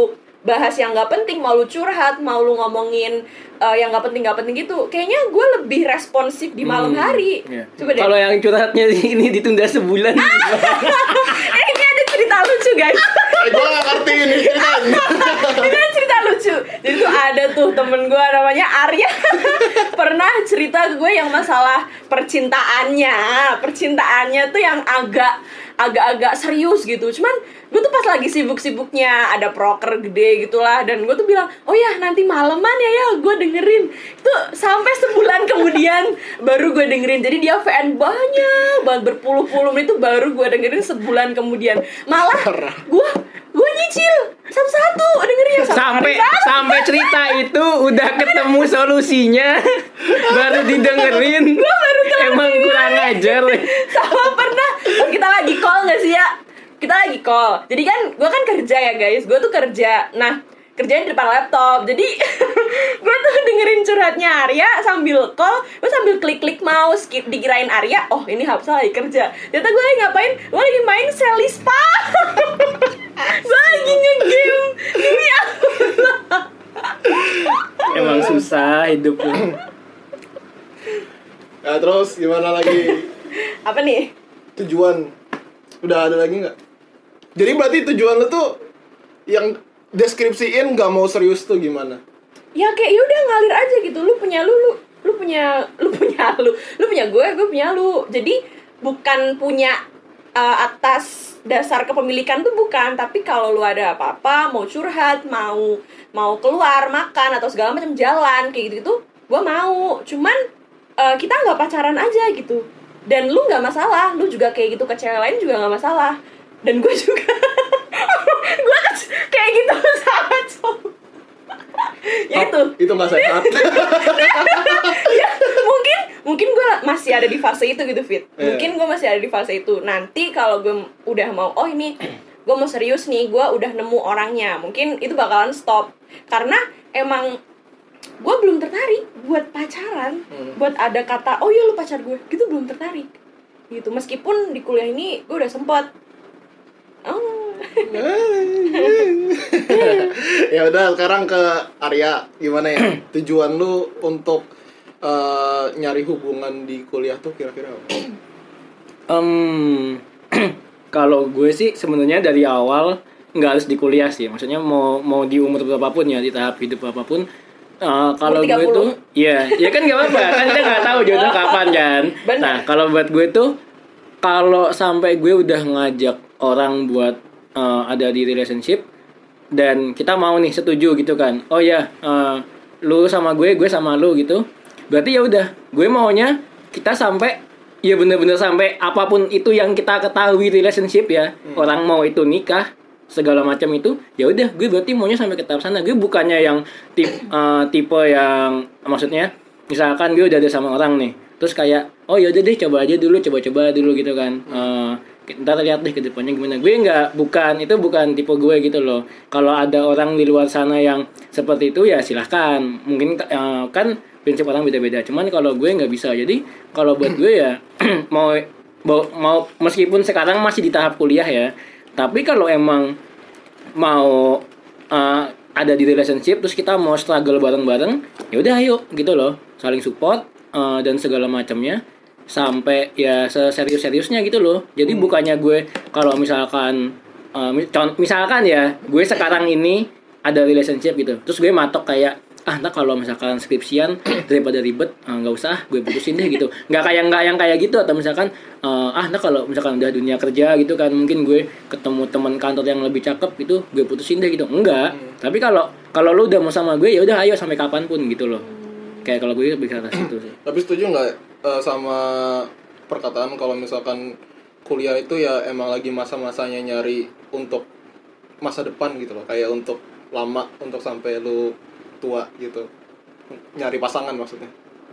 bahas yang nggak penting, mau lu curhat, mau lu ngomongin yang nggak penting gitu, kayaknya gue lebih responsif di malam hari. Coba deh. Kalau yang curhatnya ini ditunda sebulan. Ini ada cerita lucu guys. Gue gak ngerti ini ceritanya. Ini ada cerita lucu. Jadi tuh ada tuh temen gue namanya Arya. Pernah cerita ke gue yang masalah percintaannya tuh yang agak serius gitu. Cuman gue tuh pas lagi sibuk-sibuknya, ada proker gede gitulah, dan gue tuh bilang, oh ya nanti malaman ya gue dengerin. Itu sampai sebulan kemudian baru gue dengerin. Jadi dia fan banyak banget, berpuluh-puluh menit itu baru gue dengerin sebulan kemudian. Malah gue nyicil satu-satu dengerin sampai cerita itu udah ketemu solusinya baru didengerin. Gue baru emang kurang ajar. Sama pernah kita lagi call nggak sih ya? Kita lagi call. Jadi kan gue kan kerja ya guys. Gue tuh kerja. Nah kerjanya di depan laptop. Jadi gue tuh dengerin curhatnya Arya sambil call. Gue sambil klik-klik mouse. Dikirain Arya, oh ini Hapsah lagi kerja. Ternyata gue lagi ngapain? Gue lagi main Selispa. Gue lagi nge-game. Ini Emang susah hidup lu. Nah terus gimana lagi? Apa nih? Tujuan udah ada lagi nggak? Jadi berarti tujuan lu tuh yang deskripsiin nggak mau serius tuh gimana? Ya kayak yaudah ngalir aja gitu. Lu punya gue punya lu. Jadi bukan punya atas dasar kepemilikan tuh bukan, tapi kalau lu ada apa-apa, mau curhat, mau keluar makan atau segala macam jalan kayak gitu gue mau. Cuman kita nggak pacaran aja gitu. Dan lu nggak masalah, lu juga kayak gitu ke cewek lain juga nggak masalah. Dan gue juga gue kayak gitu sama cowok. Ya itu nggak sehat. Ya, mungkin gue masih ada di fase itu gitu Fit. Mungkin gue masih ada di fase itu. Nanti kalau gue udah mau, oh ini gue mau serius nih, gue udah nemu orangnya, mungkin itu bakalan stop. Karena emang gue belum tertarik buat pacaran, buat ada kata, oh iya lu pacar gue, gitu belum tertarik gitu. Meskipun di kuliah ini gue udah sempet Ya udah sekarang ke Arya, gimana ya tujuan lu untuk nyari hubungan di kuliah tuh kira-kira apa? Kalau gue sih sebenarnya dari awal nggak harus di kuliah sih, maksudnya mau di umur berapapun ya, di tahap hidup apapun. Kalau gue tuh ya kan nggak apa-apa kan, kita nggak tahu jodoh kapan kan. Bener. Nah kalau buat gue tuh, kalau sampai gue udah ngajak orang buat ada di relationship dan kita mau nih setuju gitu kan, oh ya lu sama gue sama lu gitu, berarti ya udah gue maunya kita sampai ya bener-bener sampai apapun itu yang kita ketahui relationship ya, orang mau itu nikah segala macam itu, ya udah gue berarti maunya sampai ke tahap sana. Gue bukannya yang tipe yang, maksudnya misalkan gue udah ada sama orang nih, terus kayak oh ya udah deh coba coba dulu gitu kan, ntar lihat deh ke depannya gimana. Gue bukan tipe gue gitu loh. Kalau ada orang di luar sana yang seperti itu ya silahkan, mungkin kan prinsip orang beda-beda. Cuman kalau gue nggak bisa. Jadi kalau buat gue ya mau meskipun sekarang masih di tahap kuliah ya, tapi kalau emang mau ada di relationship terus kita mau struggle bareng-bareng, ya udah ayo gitu loh, saling support dan segala macamnya sampai ya serius-seriusnya gitu loh. Jadi bukannya gue kalau misalkan ya gue sekarang ini ada relationship gitu, terus gue matok kayak ntar kalau misalkan skripsian daripada ribet nggak usah, gue putusin deh gitu. Nggak yang kayak gitu. Atau misalkan ntar kalau misalkan udah dunia kerja gitu kan, mungkin gue ketemu teman kantor yang lebih cakep gitu, gue putusin deh gitu. Enggak. Tapi kalau lu udah mau sama gue, ya udah ayo sampai kapanpun gitu loh. Kayak kalau gue bisa atas itu sih. Tapi setuju nggak sama perkataan kalau misalkan kuliah itu ya emang lagi masa-masanya nyari untuk masa depan gitu loh, kayak untuk lama, untuk sampai lu tua gitu, nyari pasangan maksudnya.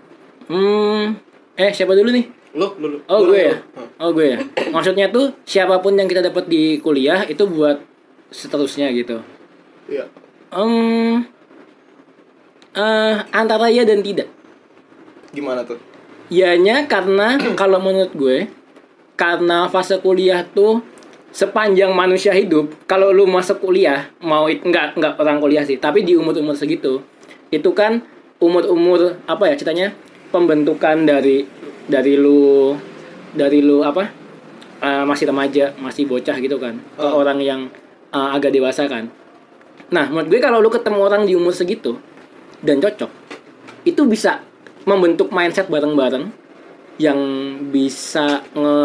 Siapa dulu nih? Lu. Oh gue ya. Oh gue ya. Maksudnya tuh siapapun yang kita dapat di kuliah itu buat seterusnya gitu. Iya. Antara ya dan tidak. Gimana tuh? Iyanya karena kalau menurut gue, karena fase kuliah tuh sepanjang manusia hidup, kalau lu masuk kuliah, mau enggak orang kuliah sih, tapi di umur-umur segitu, itu kan umur-umur apa ya ceritanya, pembentukan dari lu apa, masih remaja, masih bocah gitu kan, ke orang yang agak dewasa kan. Nah, menurut gue kalau lu ketemu orang di umur segitu dan cocok, itu bisa membentuk mindset bareng-bareng yang bisa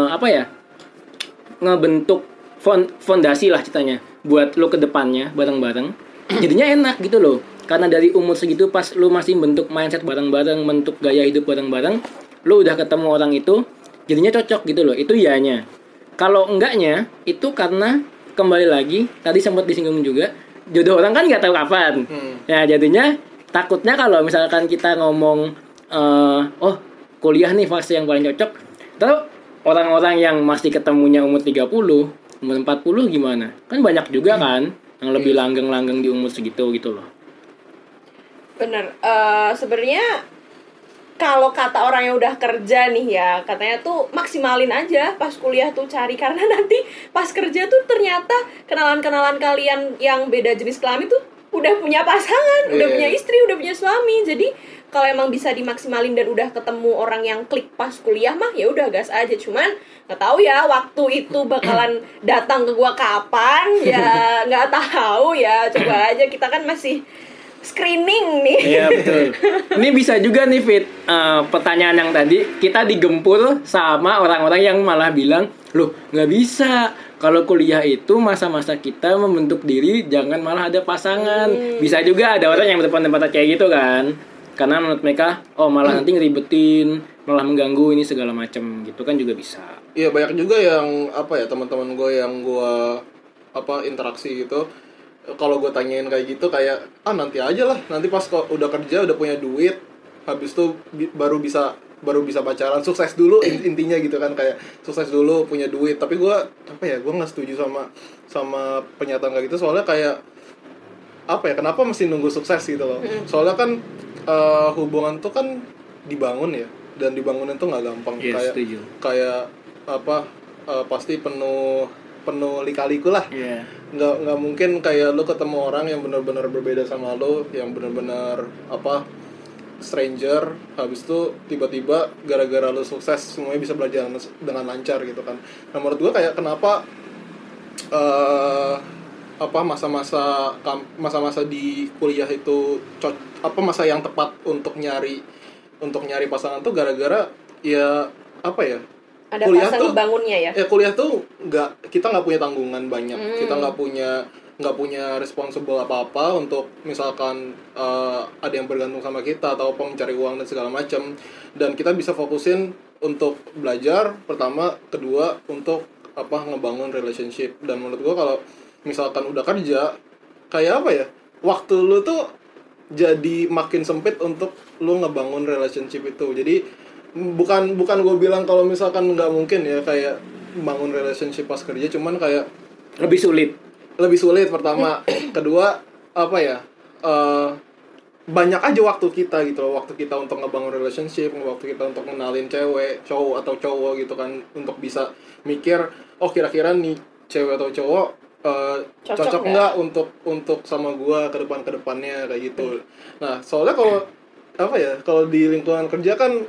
ngebentuk fondasi lah ceritanya buat lo ke depannya bareng-bareng. Jadinya enak gitu loh. Karena dari umur segitu pas lo masih bentuk mindset bareng-bareng, bentuk gaya hidup bareng-bareng, lo udah ketemu orang itu, jadinya cocok gitu loh. Itu ianya. Kalau enggaknya, itu karena kembali lagi tadi sempat disinggung juga, jodoh orang kan nggak tahu kapan. Ya jadinya takutnya kalau misalkan kita ngomong kuliah nih fase yang paling cocok, terus orang-orang yang masih ketemunya umur 30, umur 40 gimana? Kan banyak juga kan yang lebih langgeng-langgeng di umur segitu gitu loh. Bener. Sebenarnya kalau kata orang yang udah kerja nih ya, katanya tuh maksimalin aja pas kuliah tuh cari, karena nanti pas kerja tuh ternyata kenalan-kenalan kalian yang beda jenis kelamin tuh udah punya pasangan, udah punya istri, udah punya suami. Jadi kalau emang bisa dimaksimalin dan udah ketemu orang yang klik pas kuliah mah ya udah gas aja. Cuman nggak tahu ya waktu itu bakalan datang ke gua kapan ya, nggak tahu ya. Coba aja, kita kan masih screening nih. Iya betul. Ini bisa juga nih Fit, pertanyaan yang tadi kita digempur sama orang-orang yang malah bilang, loh nggak bisa. Kalau kuliah itu masa-masa kita membentuk diri, jangan malah ada pasangan. Bisa juga ada orang yang berpendapat kayak gitu kan. Karena menurut mereka, malah nanti ngeribetin, malah mengganggu ini segala macam gitu kan juga bisa. Iya banyak juga yang teman-teman gue yang gue interaksi gitu. Kalau gue tanyain kayak gitu kayak nanti aja lah, nanti pas udah kerja udah punya duit, habis itu baru bisa pacaran, sukses dulu intinya gitu kan, kayak sukses dulu punya duit. Tapi gue gue nggak setuju sama pernyataan kayak gitu, soalnya kayak kenapa mesti nunggu sukses gitu loh. Soalnya kan hubungan tuh kan dibangun ya, dan dibangunin tuh nggak gampang. Yes, kayak pasti penuh lika-liku lah. Nggak mungkin kayak lo ketemu orang yang benar-benar berbeda sama lo, yang benar-benar stranger, habis itu tiba-tiba gara-gara lo sukses semuanya bisa berjalan dengan lancar gitu kan. Nah menurut gue kayak kenapa masa-masa di kuliah itu masa yang tepat untuk nyari pasangan tuh gara-gara ya ada kuliah fase ngebangunnya ya. Kuliah tuh kita nggak punya tanggungan banyak, kita nggak punya responsible apa-apa untuk misalkan ada yang bergantung sama kita atau mencari uang dan segala macam, dan kita bisa fokusin untuk belajar pertama, kedua untuk ngebangun relationship. Dan menurut gua kalau misalkan udah kerja kayak waktu lu tuh jadi makin sempit untuk lu ngebangun relationship itu. Jadi bukan gue bilang kalau misalkan nggak mungkin ya kayak bangun relationship pas kerja, cuman kayak lebih sulit pertama. Kedua banyak aja waktu kita gitu loh, waktu kita untuk ngebangun relationship, waktu kita untuk kenalin cowok atau cowok gitu kan, untuk bisa mikir kira-kira nih cewek atau cowok cocok nggak untuk sama gua ke depannya kayak gitu. Nah soalnya kalau di lingkungan kerja kan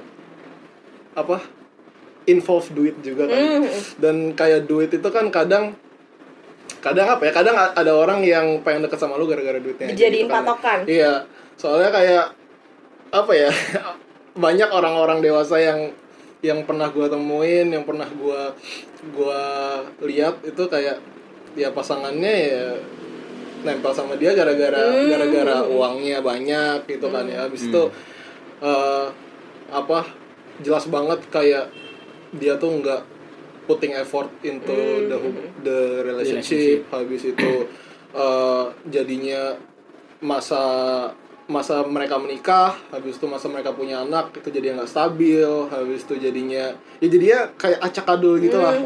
involve duit juga kan. Dan kayak duit itu kan kadang ada orang yang pengen deket sama lu gara-gara duitnya dijadiin gitu kan. patokan. Iya, soalnya kayak banyak orang-orang dewasa yang pernah gua temuin, yang pernah gua lihat itu kayak ya pasangannya ya nempel sama dia gara-gara uangnya banyak gitu kan ya. Habis itu jelas banget kayak dia tuh nggak putting effort into the relationship. Habis itu jadinya masa mereka menikah, habis itu masa mereka punya anak itu jadi nggak stabil, habis itu jadinya kayak acak-adul gitu lah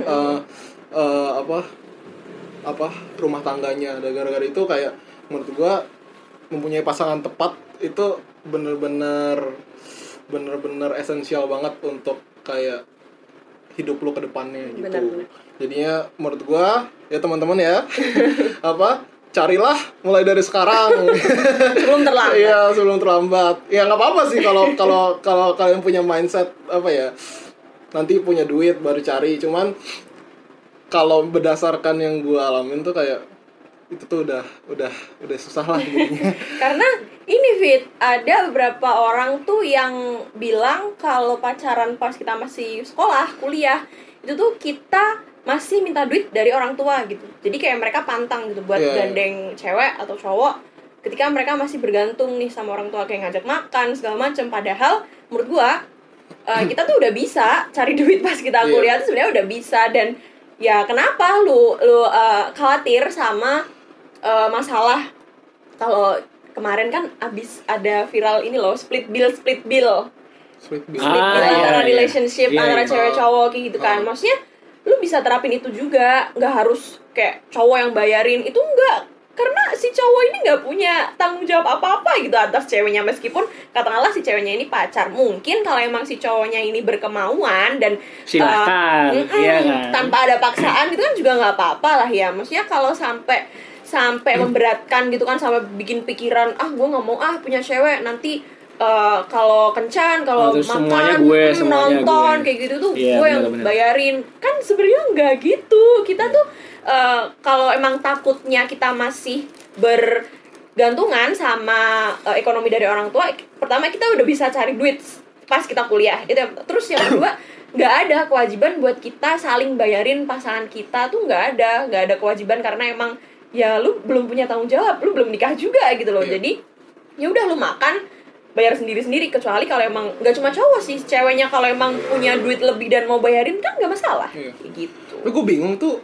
rumah tangganya. Dan gara-gara itu kayak menurut gua mempunyai pasangan tepat itu bener-bener esensial banget untuk kayak hidup lu ke depannya gitu. Benar. Jadinya menurut gua ya teman-teman ya carilah mulai dari sekarang Sebelum terlambat. Iya, sebelum terlambat. Ya nggak apa-apa sih kalau kalian punya mindset nanti punya duit baru cari. Cuman kalau berdasarkan yang gue alamin tuh kayak itu tuh udah susah lah jadinya. Karena ini Fit, ada beberapa orang tuh yang bilang kalau pacaran pas kita masih sekolah, kuliah, itu tuh kita masih minta duit dari orang tua gitu. Jadi kayak mereka pantang gitu buat gandeng cewek atau cowok ketika mereka masih bergantung nih sama orang tua, kayak ngajak makan segala macem. Padahal menurut gua kita tuh udah bisa cari duit pas kita kuliah tuh sebenarnya udah bisa. Dan ya kenapa lu khawatir sama masalah? Kalau kemarin kan abis ada viral ini loh, split bill antara relationship antara cewek cowok kayak gitu kan. Maksudnya lu bisa terapin itu juga, nggak harus kayak cowok yang bayarin, itu enggak, karena si cowok ini nggak punya tanggung jawab apa-apa gitu atas ceweknya. Meskipun katakanlah si ceweknya ini pacar, mungkin kalau emang si cowoknya ini berkemauan dan silakan tanpa ada paksaan gitu kan juga nggak apa-apa lah ya. Maksudnya kalau sampai memberatkan gitu kan, sampai bikin pikiran gue nggak mau punya cewek nanti kalau kencan, kalau makan, nonton kayak gitu tuh gue yang bayarin. Kan sebenarnya nggak gitu. Kita tuh kalau emang takutnya kita masih bergantungan sama ekonomi dari orang tua, pertama kita udah bisa cari duit pas kita kuliah itu. Terus yang kedua, nggak ada kewajiban buat kita saling bayarin pasangan kita tuh, nggak ada kewajiban, karena emang ya lu belum punya tanggung jawab, lu belum nikah juga gitu loh. Jadi ya udah, lu makan bayar sendiri-sendiri. Kecuali kalau emang nggak cuma cowok sih, ceweknya kalau emang punya duit lebih dan mau bayarin kan nggak masalah. Kayak gitu. Tapi gue bingung tuh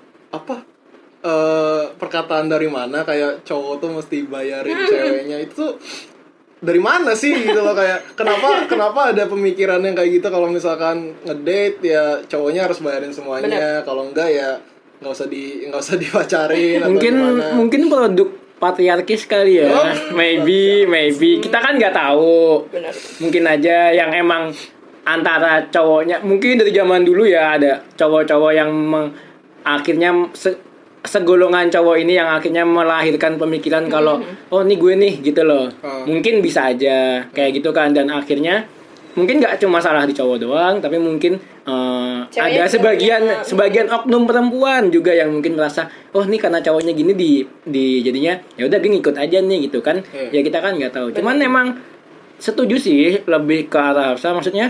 perkataan dari mana kayak cowok tuh mesti bayarin ceweknya itu tuh dari mana sih gitu loh. Kayak kenapa ada pemikiran yang kayak gitu, kalau misalkan ngedate ya cowoknya harus bayarin semuanya, kalau enggak ya nggak usah dipacarin. Mungkin produk patriarkis kali ya. Maybe kita kan nggak tahu. Benar. Mungkin aja yang emang antara cowoknya, mungkin dari zaman dulu ya ada cowok-cowok yang akhirnya segolongan cowok ini yang akhirnya melahirkan pemikiran kalau ini gue nih gitu loh. Mungkin bisa aja kayak gitu kan. Dan akhirnya mungkin nggak cuma salah di cowok doang, tapi mungkin ada sebagian oknum perempuan juga yang mungkin merasa ini karena cowoknya gini di jadinya ya udah gue ngikut aja nih gitu kan. Ya kita kan nggak tahu. Cuman emang setuju sih lebih ke arah maksudnya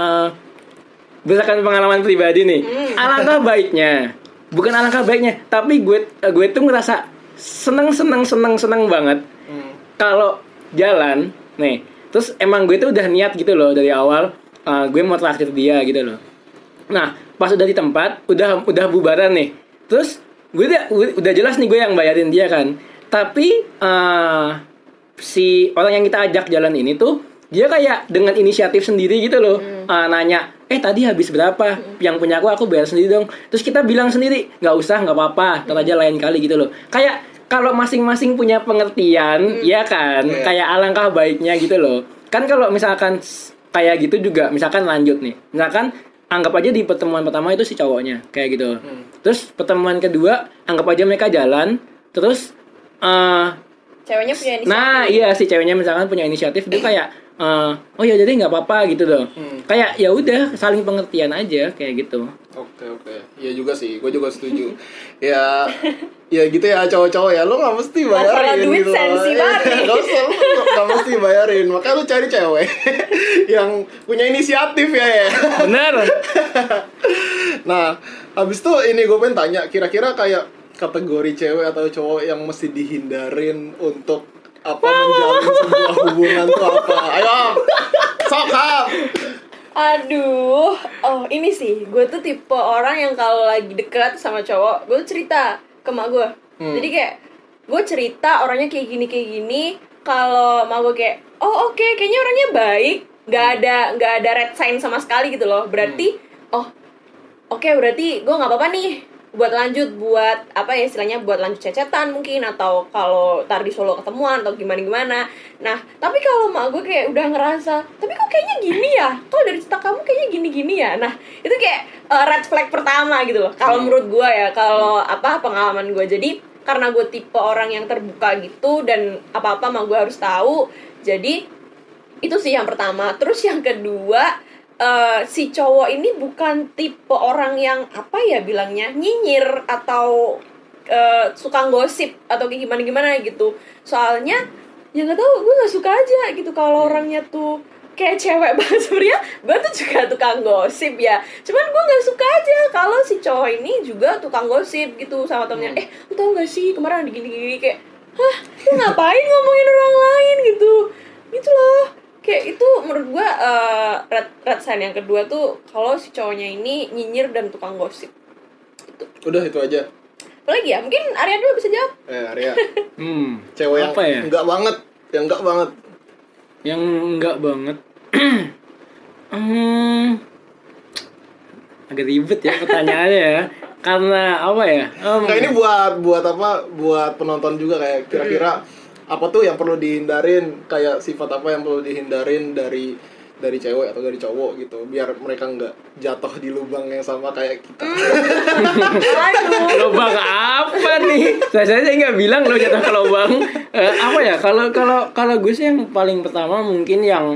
berdasarkan pengalaman pribadi nih. Alangkah baiknya, bukan alangkah baiknya, tapi gue tuh ngerasa seneng banget kalau jalan nih. Terus emang gue tuh udah niat gitu loh dari awal, gue mau traktir dia gitu loh. Nah pas udah di tempat, udah bubaran nih. Terus gue udah jelas nih gue yang bayarin dia kan. Tapi si orang yang kita ajak jalan ini tuh dia kayak dengan inisiatif sendiri gitu loh. Nanya, tadi habis berapa? Yang punya aku bayar sendiri dong. Terus kita bilang sendiri, nggak usah, nggak apa-apa, ntar aja lain kali gitu loh. Kayak kalau masing-masing punya pengertian, ya kan, kayak alangkah baiknya gitu loh. Kan kalau misalkan kayak gitu juga, misalkan lanjut nih, misalkan anggap aja di pertemuan pertama itu si cowoknya kayak gitu. Terus pertemuan kedua anggap aja mereka jalan, terus ceweknya punya inisiatif. Nah iya, si ceweknya misalkan punya inisiatif, dia kayak oh ya jadi nggak apa-apa gitu loh. Kayak ya udah saling pengertian aja kayak gitu. Oke. Iya juga sih, gue juga setuju. Ya gitu ya cowok-cowok ya, lo nggak mesti bayarin. Masalah duit gitu sensi banget. Nggak mesti bayarin, makanya lo cari cewek yang punya inisiatif ya. Bener. Nah, habis itu ini gue pengen tanya, kira-kira kayak kategori cewek atau cowok yang mesti dihindarin untuk menjalin sebuah hubungan tuh apa? Ayo, sokap. Aduh, ini sih, gue tuh tipe orang yang kalau lagi dekat sama cowok, gue tuh cerita ke mak gue. Jadi kayak gue cerita orangnya kayak gini. Kalau mak gue kayak, oke, kayaknya orangnya baik, nggak ada red sign sama sekali gitu loh. Berarti, oke, berarti gue nggak apa-apa nih buat lanjut, buat apa ya istilahnya, buat lanjut cecetan mungkin, atau kalau tar di Solo ketemuan atau gimana. Nah tapi kalau mak gue kayak udah ngerasa, tapi kok kayaknya gini ya, kalau dari cerita kamu kayaknya gini ya, nah itu kayak red flag pertama gitu loh kalau menurut gue ya, kalau apa pengalaman gue. Jadi karena gue tipe orang yang terbuka gitu, dan apa-apa mak gue harus tahu, jadi itu sih yang pertama. Terus yang kedua, si cowok ini bukan tipe orang yang apa ya bilangnya, nyinyir atau suka gosip atau kayak gimana gitu. Soalnya ya nggak tahu, gue nggak suka aja gitu kalau orangnya tuh kayak cewek banget. Sebenarnya gue tuh juga tukang gosip ya, cuman gue nggak suka aja kalau si cowok ini juga tukang gosip gitu sama temennya. Lu tau nggak sih kemarin ada gini kayak, hah lu ngapain ngomongin orang lain gitu loh. Kayak itu menurut gue red sign yang kedua tuh kalau si cowoknya ini nyinyir dan tukang gosip gitu. Udah itu aja. Apalagi ya, mungkin Arya dulu bisa jawab. Arya. Cewek yang apa ya? enggak banget. Yang enggak banget. Agak ribet ya pertanyaannya ya. Karena apa ya? Nah ini buat apa? Buat penonton juga, kayak kira-kira apa tuh yang perlu dihindarin, kayak sifat apa yang perlu dihindarin dari cewek atau dari cowok gitu, biar mereka nggak jatuh di lubang yang sama kayak kita. Lubang apa nih? Saya nggak bilang lo jatuh ke lubang. Apa ya? Kalau gue sih yang paling pertama mungkin yang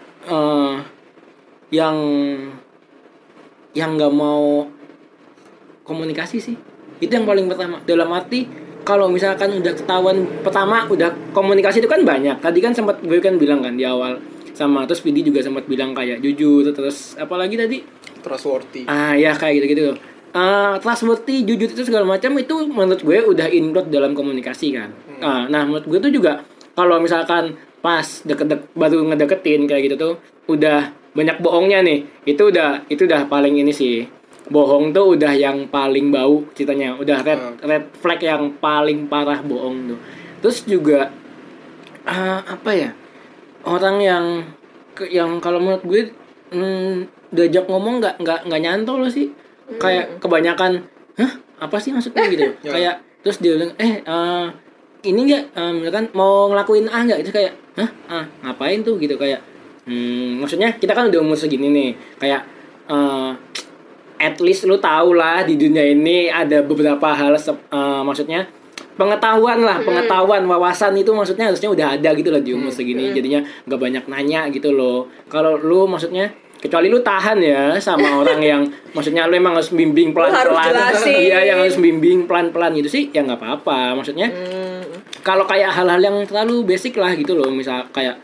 nggak mau komunikasi sih. Itu yang paling pertama. Dalam arti kalau misalkan udah ketahuan pertama, udah komunikasi itu kan banyak. Tadi kan sempat gue kan bilang kan di awal, sama terus Vidi juga sempat bilang kayak jujur, terus apalagi tadi trustworthy. Ya kayak gitu. Trustworthy, jujur itu segala macam itu menurut gue udah include dalam komunikasi kan. Nah menurut gue tuh juga kalau misalkan pas baru ngedeketin kayak gitu tuh udah banyak bohongnya nih, itu udah paling ini sih. Bohong tuh udah yang paling bau ceritanya, udah red flag yang paling parah bohong tuh. Terus juga apa ya, orang yang kalau menurut gue diajak ngomong nggak nyantol loh sih, kayak kebanyakan apa sih maksudnya gitu. Kayak terus dia bilang ini nggak misalkan mau ngelakuin nggak, itu kayak ngapain tuh gitu, kayak maksudnya kita kan udah umur segini nih, kayak at least lu tahu lah di dunia ini ada beberapa hal maksudnya pengetahuan wawasan itu maksudnya harusnya udah ada gitu lah di umur segini. Jadinya nggak banyak nanya gitu loh. Kalau lu maksudnya kecuali lu tahan ya sama orang yang maksudnya lu emang harus bimbing pelan-pelan, iya yang harus bimbing pelan-pelan gitu sih ya nggak apa-apa. Maksudnya kalau kayak hal-hal yang terlalu basic lah gitu loh, misal kayak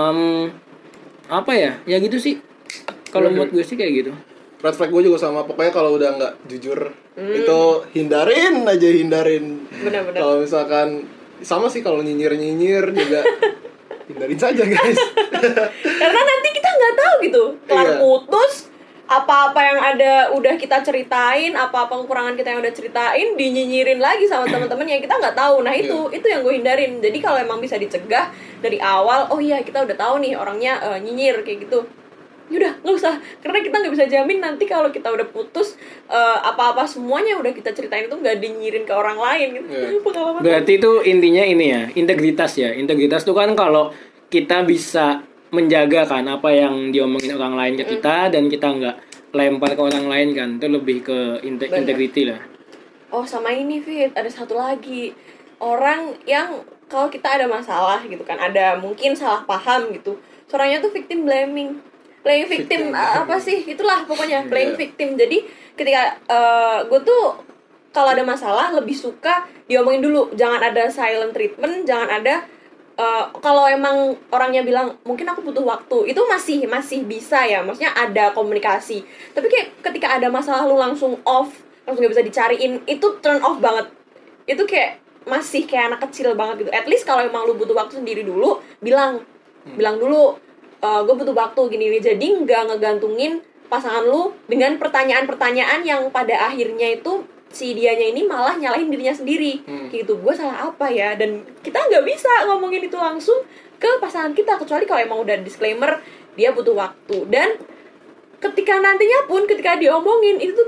apa ya gitu sih. Kalau menurut gue sih kayak gitu. Red flag gue juga sama, pokoknya kalau udah nggak jujur itu hindarin. Benar-benar. Kalau misalkan sama sih, kalau nyinyir juga hindarin saja guys. Karena nanti kita nggak tahu gitu, kelar putus apa-apa yang ada udah kita ceritain, apa-apa kekurangan kita yang udah ceritain dinyinyirin lagi sama teman-teman yang kita nggak tahu. Nah itu yang gue hindarin. Jadi kalau emang bisa dicegah dari awal, oh iya kita udah tahu nih orangnya nyinyir kayak gitu, yaudah nggak usah, karena kita nggak bisa jamin nanti kalau kita udah putus apa-apa semuanya udah kita ceritain itu nggak dinyirin ke orang lain gitu. Pengalaman. Berarti itu intinya ini ya, integritas tuh kan kalau kita bisa menjaga kan apa yang diomongin orang lain ke kita dan kita nggak lempar ke orang lain kan, itu lebih ke integrity lah. Oh sama ini Fit, ada satu lagi orang yang kalau kita ada masalah gitu kan, ada mungkin salah paham gitu, orangnya tuh victim blaming. Playing victim apa sih itulah pokoknya playing victim. Jadi ketika gue tuh kalau ada masalah lebih suka diomongin dulu, jangan ada silent treatment, jangan ada kalau emang orangnya bilang mungkin aku butuh waktu, itu masih bisa ya, maksudnya ada komunikasi. Tapi kayak ketika ada masalah lu langsung off, langsung gak bisa dicariin, itu turn off banget. Itu kayak masih kayak anak kecil banget gitu. At least kalau emang lu butuh waktu sendiri dulu, bilang dulu, gue butuh waktu gini. Jadi nggak ngegantungin pasangan lu dengan pertanyaan-pertanyaan yang pada akhirnya itu si dianya ini malah nyalahin dirinya sendiri. Gitu, gue salah apa ya? Dan kita nggak bisa ngomongin itu langsung ke pasangan kita, kecuali kalau emang udah disclaimer dia butuh waktu. Dan ketika nantinya pun ketika diomongin itu tuh kayak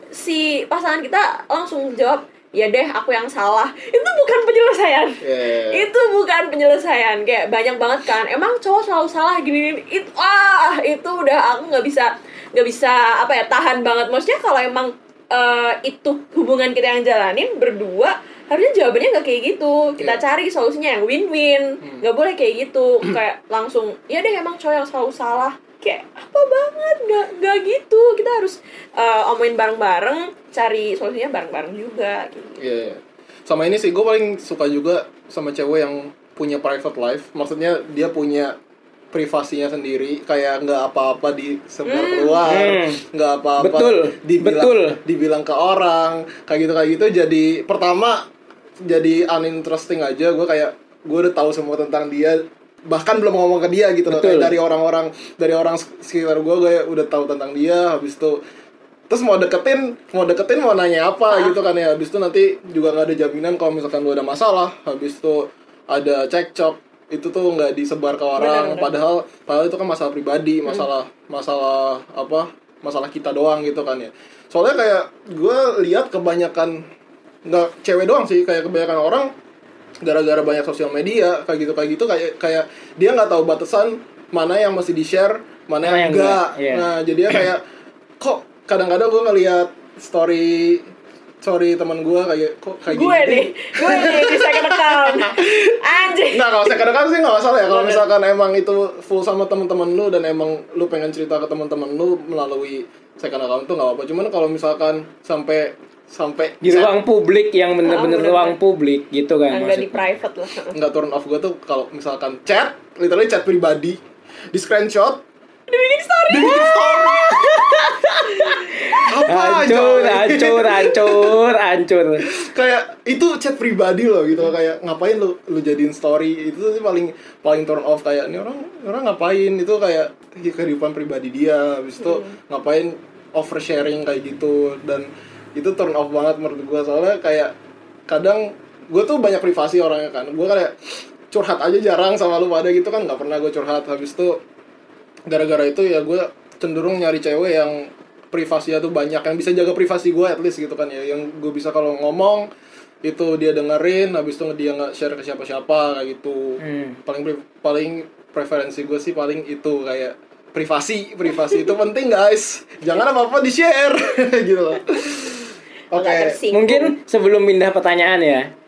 si pasangan kita langsung jawab, ya deh aku yang salah, itu bukan penyelesaian. Itu bukan penyelesaian. Kayak banyak banget kan, emang cowok selalu salah gini. Itu udah aku nggak bisa apa ya, tahan banget. Maksudnya kalau emang itu hubungan kita yang jalanin berdua, harusnya jawabannya nggak kayak gitu. Kita cari solusinya yang win-win. Nggak boleh kayak gitu kayak langsung ya deh emang cowok yang selalu salah. Kayak apa banget, nggak gitu. Kita harus omongin bareng-bareng, cari solusinya bareng-bareng juga gitu. Sama ini sih gue paling suka juga sama cewek yang punya private life. Maksudnya dia punya privasinya sendiri, kayak nggak apa-apa disebar keluar, nggak apa-apa dibilang ke orang, kayak gitu. Jadi pertama jadi uninteresting aja. Gue udah tahu semua tentang dia, bahkan belum ngomong ke dia gitu loh. Kayak dari orang sekitar gue udah tahu tentang dia. Habis itu terus mau deketin mau nanya apa gitu kan ya. Habis itu nanti juga nggak ada jaminan kalau misalkan lu ada masalah. Habis itu ada cekcok, itu tuh nggak disebar ke orang. Padahal itu kan masalah pribadi, masalah kita doang gitu kan ya. Soalnya kayak gue lihat kebanyakan, nggak cewek doang sih, kayak kebanyakan orang gara-gara banyak sosial media kayak gitu kayak dia nggak tahu batasan mana yang mesti di-share, mana yang enggak. Nah jadinya kayak kok kadang-kadang gue ngeliat story teman gue kayak gue nih di second account anjing. Nah kalau second account sih nggak masalah ya, kalau misalkan emang itu full sama teman-teman lu dan emang lu pengen cerita ke teman-teman lu melalui second account tuh nggak apa-apa. Cuman kalau misalkan sampai di ruang publik yang bener-bener ruang publik gitu kan, nggak di private lah. Nggak, turn off gue tuh kalau misalkan literally chat pribadi di screenshot dibikin story. Hancur. Kayak itu chat pribadi loh gitu. Kayak ngapain lu jadiin story, itu sih paling turn off. Kayak ini orang ngapain, itu kayak kehidupan pribadi dia. Habis itu ngapain oversharing kayak gitu. Dan itu turn off banget menurut gue. Soalnya kayak kadang gue tuh banyak privasi orangnya kan. Gue kayak curhat aja jarang sama lu pada gitu kan, nggak pernah gue curhat. Habis itu gara-gara itu ya gue cenderung nyari cewek yang privasinya tuh banyak, yang bisa jaga privasi gue at least gitu kan ya. Yang gue bisa kalau ngomong itu dia dengerin, habis itu dia nggak share ke siapa-siapa kayak gitu. Paling preferensi gue sih paling itu, kayak privasi itu penting guys, jangan apa-apa di-share gitu loh. Oke. Mungkin sebelum pindah pertanyaan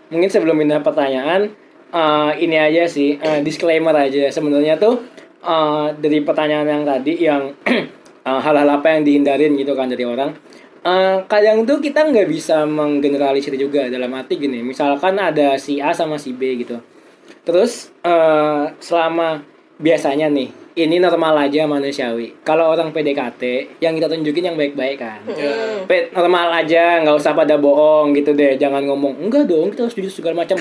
ini aja sih, disclaimer aja sebenarnya tuh. Dari pertanyaan yang tadi yang hal-hal apa yang dihindarin gitu kan dari orang, kadang tuh kita nggak bisa menggeneralisir juga. Dalam arti gini, misalkan ada si A sama si B gitu, terus selama biasanya nih ini normal aja, manusiawi. Kalau orang PDKT yang kita tunjukin yang baik-baik kan, normal aja, nggak usah pada bohong gitu deh. Jangan ngomong enggak dong kita harus jujur segala macam,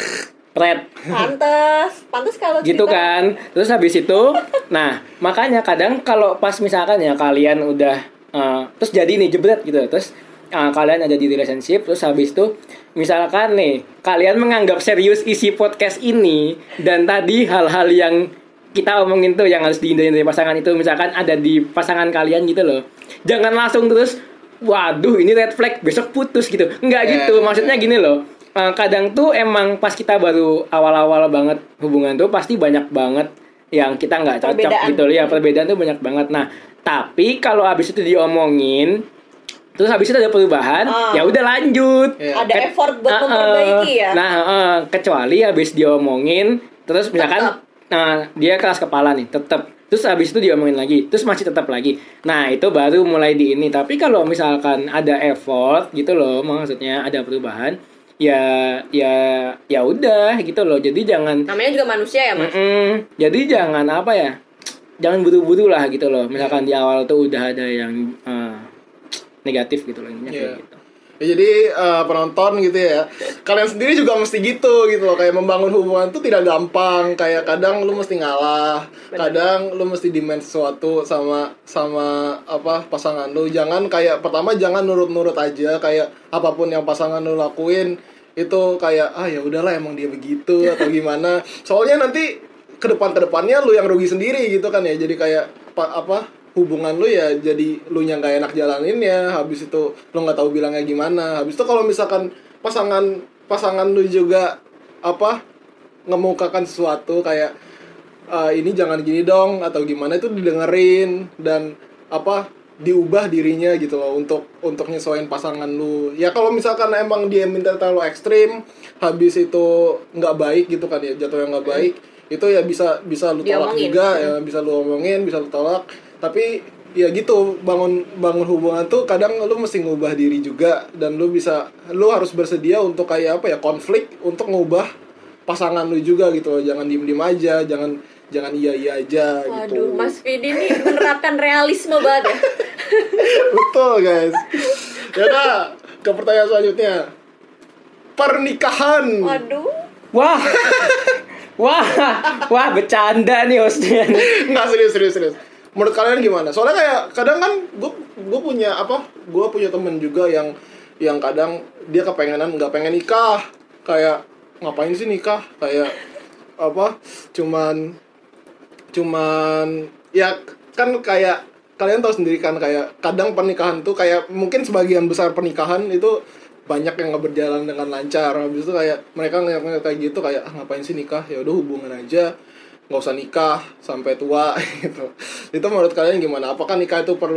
pantes kalau gitu kan. Terus habis itu nah makanya kadang kalau pas misalkan ya kalian udah terus jadi nih jebret gitu, terus kalian ada di relationship, terus habis itu misalkan nih kalian menganggap serius isi podcast ini, dan tadi hal-hal yang kita omongin tuh yang harus dihindarin dari pasangan itu misalkan ada di pasangan kalian gitu loh, jangan langsung terus waduh ini red flag besok putus gitu. Enggak gitu, maksudnya gini loh. Kadang tuh emang pas kita baru awal-awal banget hubungan tuh pasti banyak banget yang kita nggak cocok gitu ya, perbedaan tuh banyak banget. Nah tapi kalau habis itu diomongin, terus habis itu ada perubahan, ya udah lanjut. Ada effort buat memperbaiki ya. Nah kecuali habis diomongin, terus misalkan dia keras kepala nih, tetap. Terus habis itu diomongin lagi, terus masih tetap lagi. Nah itu baru mulai di ini. Tapi kalau misalkan ada effort gitu loh, maksudnya ada perubahan, ya udah gitu loh. Jadi jangan, namanya juga manusia ya mas. Jadi jangan jangan buru-buru lah gitu loh. Misalkan di awal tuh udah ada yang negatif gitu loh, kayak gitu. Ya, jadi penonton gitu ya, kalian sendiri juga mesti gitu loh. Kayak membangun hubungan tuh tidak gampang. Kayak kadang lu mesti ngalah, kadang lu mesti demand sesuatu sama pasangan lu. Jangan kayak pertama jangan nurut-nurut aja, kayak apapun yang pasangan lu lakuin itu kayak ya udahlah emang dia begitu atau gimana. Soalnya nanti kedepannya lu yang rugi sendiri gitu kan ya. Jadi kayak hubungan lu ya jadi lu yang gak enak jalaninnya, habis itu lu nggak tahu bilangnya gimana. Habis itu kalau misalkan pasangan lu juga apa ngemukakan sesuatu kayak ini jangan gini dong atau gimana, itu didengerin dan apa diubah dirinya gitu loh untuk nyesuaiin pasangan lu. Ya kalau misalkan emang dia minta terlalu ekstrim, habis itu nggak baik gitu kan ya, jatuhnya nggak baik, itu ya bisa lu tolak juga ya, bisa lu omongin, bisa lu tolak. Tapi ya gitu, bangun hubungan tuh kadang lu mesti ngubah diri juga, dan lu harus bersedia untuk kayak apa ya, konflik untuk ngubah pasangan lu juga gitu loh. Jangan diem aja, jangan iya aja. Waduh, gitu. Mas Vidi nih menerapkan realisme banget ya. Betul guys. Ya udah, ke pertanyaan selanjutnya, pernikahan. Waduh. Wah, bercanda nih hostnya. Nggak, serius. Menurut kalian gimana? Soalnya kayak kadang kan gue punya temen juga yang kadang dia nggak pengen nikah. Kayak ngapain sih nikah? Kayak apa? Cuman ya kan, kayak kalian tahu sendiri kan, kayak kadang pernikahan tuh kayak mungkin sebagian besar pernikahan itu banyak yang nggak berjalan dengan lancar. Habis itu kayak mereka ngeliat kayak gitu, kayak ngapain sih nikah, ya udah hubungan aja, nggak usah nikah sampai tua gitu. Itu menurut kalian gimana? Apakah nikah itu perlu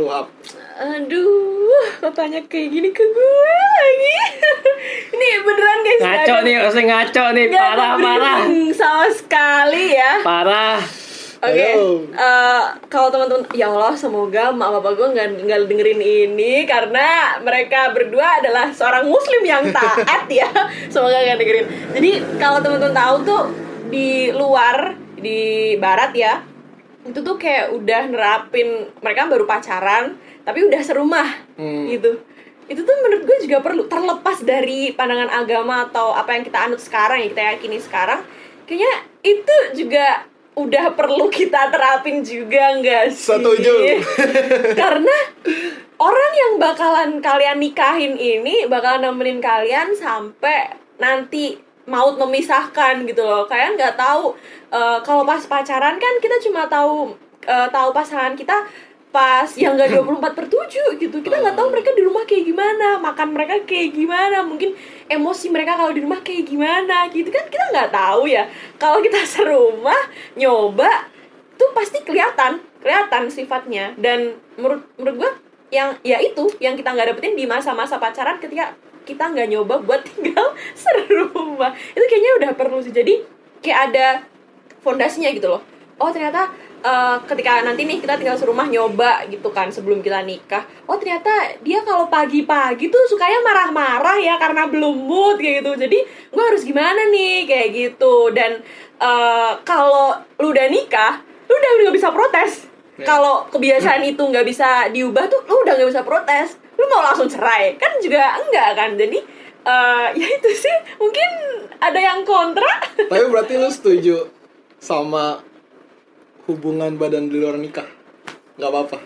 Aduh, kok tanya kayak gini ke gue lagi. Ini beneran guys, Ngaco nih, harusnya ngaco nih, parah. Sama sekali ya. Parah. Oke, kalau teman-teman, ya Allah, semoga mak bapak gue nggak dengerin ini karena mereka berdua adalah seorang muslim yang taat ya. Semoga nggak dengerin. Jadi kalau teman-teman tahu tuh, di luar, di barat ya, itu tuh kayak udah nerapin, mereka baru pacaran tapi udah serumah gitu. Itu tuh menurut gue juga perlu, terlepas dari pandangan agama atau apa yang kita anut sekarang, yang kita yakini sekarang, kayaknya itu juga udah perlu kita terapin juga, nggak sih? Setuju. Karena orang yang bakalan kalian nikahin ini bakalan nemenin kalian sampai nanti maut memisahkan gitu loh. Kalian nggak tahu, kalau pas pacaran kan kita cuma tahu pasangan kita pas yang nggak 24/7 gitu. Kita nggak tahu mereka di rumah kayak gimana, makan mereka kayak gimana, mungkin emosi mereka kalau di rumah kayak gimana gitu kan, kita nggak tahu ya. Kalau kita serumah nyoba tuh pasti kelihatan sifatnya. Dan menurut gue yang kita nggak dapetin di masa-masa pacaran, ketika kita nggak nyoba buat tinggal serumah, itu kayaknya udah perlu sih. Jadi kayak ada fondasinya gitu loh. Oh ternyata ketika nanti nih kita tinggal serumah, nyoba gitu kan sebelum kita nikah. Oh ternyata dia kalau pagi-pagi tuh sukanya marah-marah ya karena belum mood kayak gitu. Jadi gue harus gimana nih kayak gitu. Dan kalau lu udah nikah, lu udah nggak bisa protes. Kalau kebiasaan itu nggak bisa diubah tuh, lu udah nggak bisa protes. Lu mau langsung cerai kan juga enggak kan. Jadi ya itu sih, mungkin ada yang kontra. Tapi berarti lu setuju sama hubungan badan di luar nikah? Nggak apa-apa?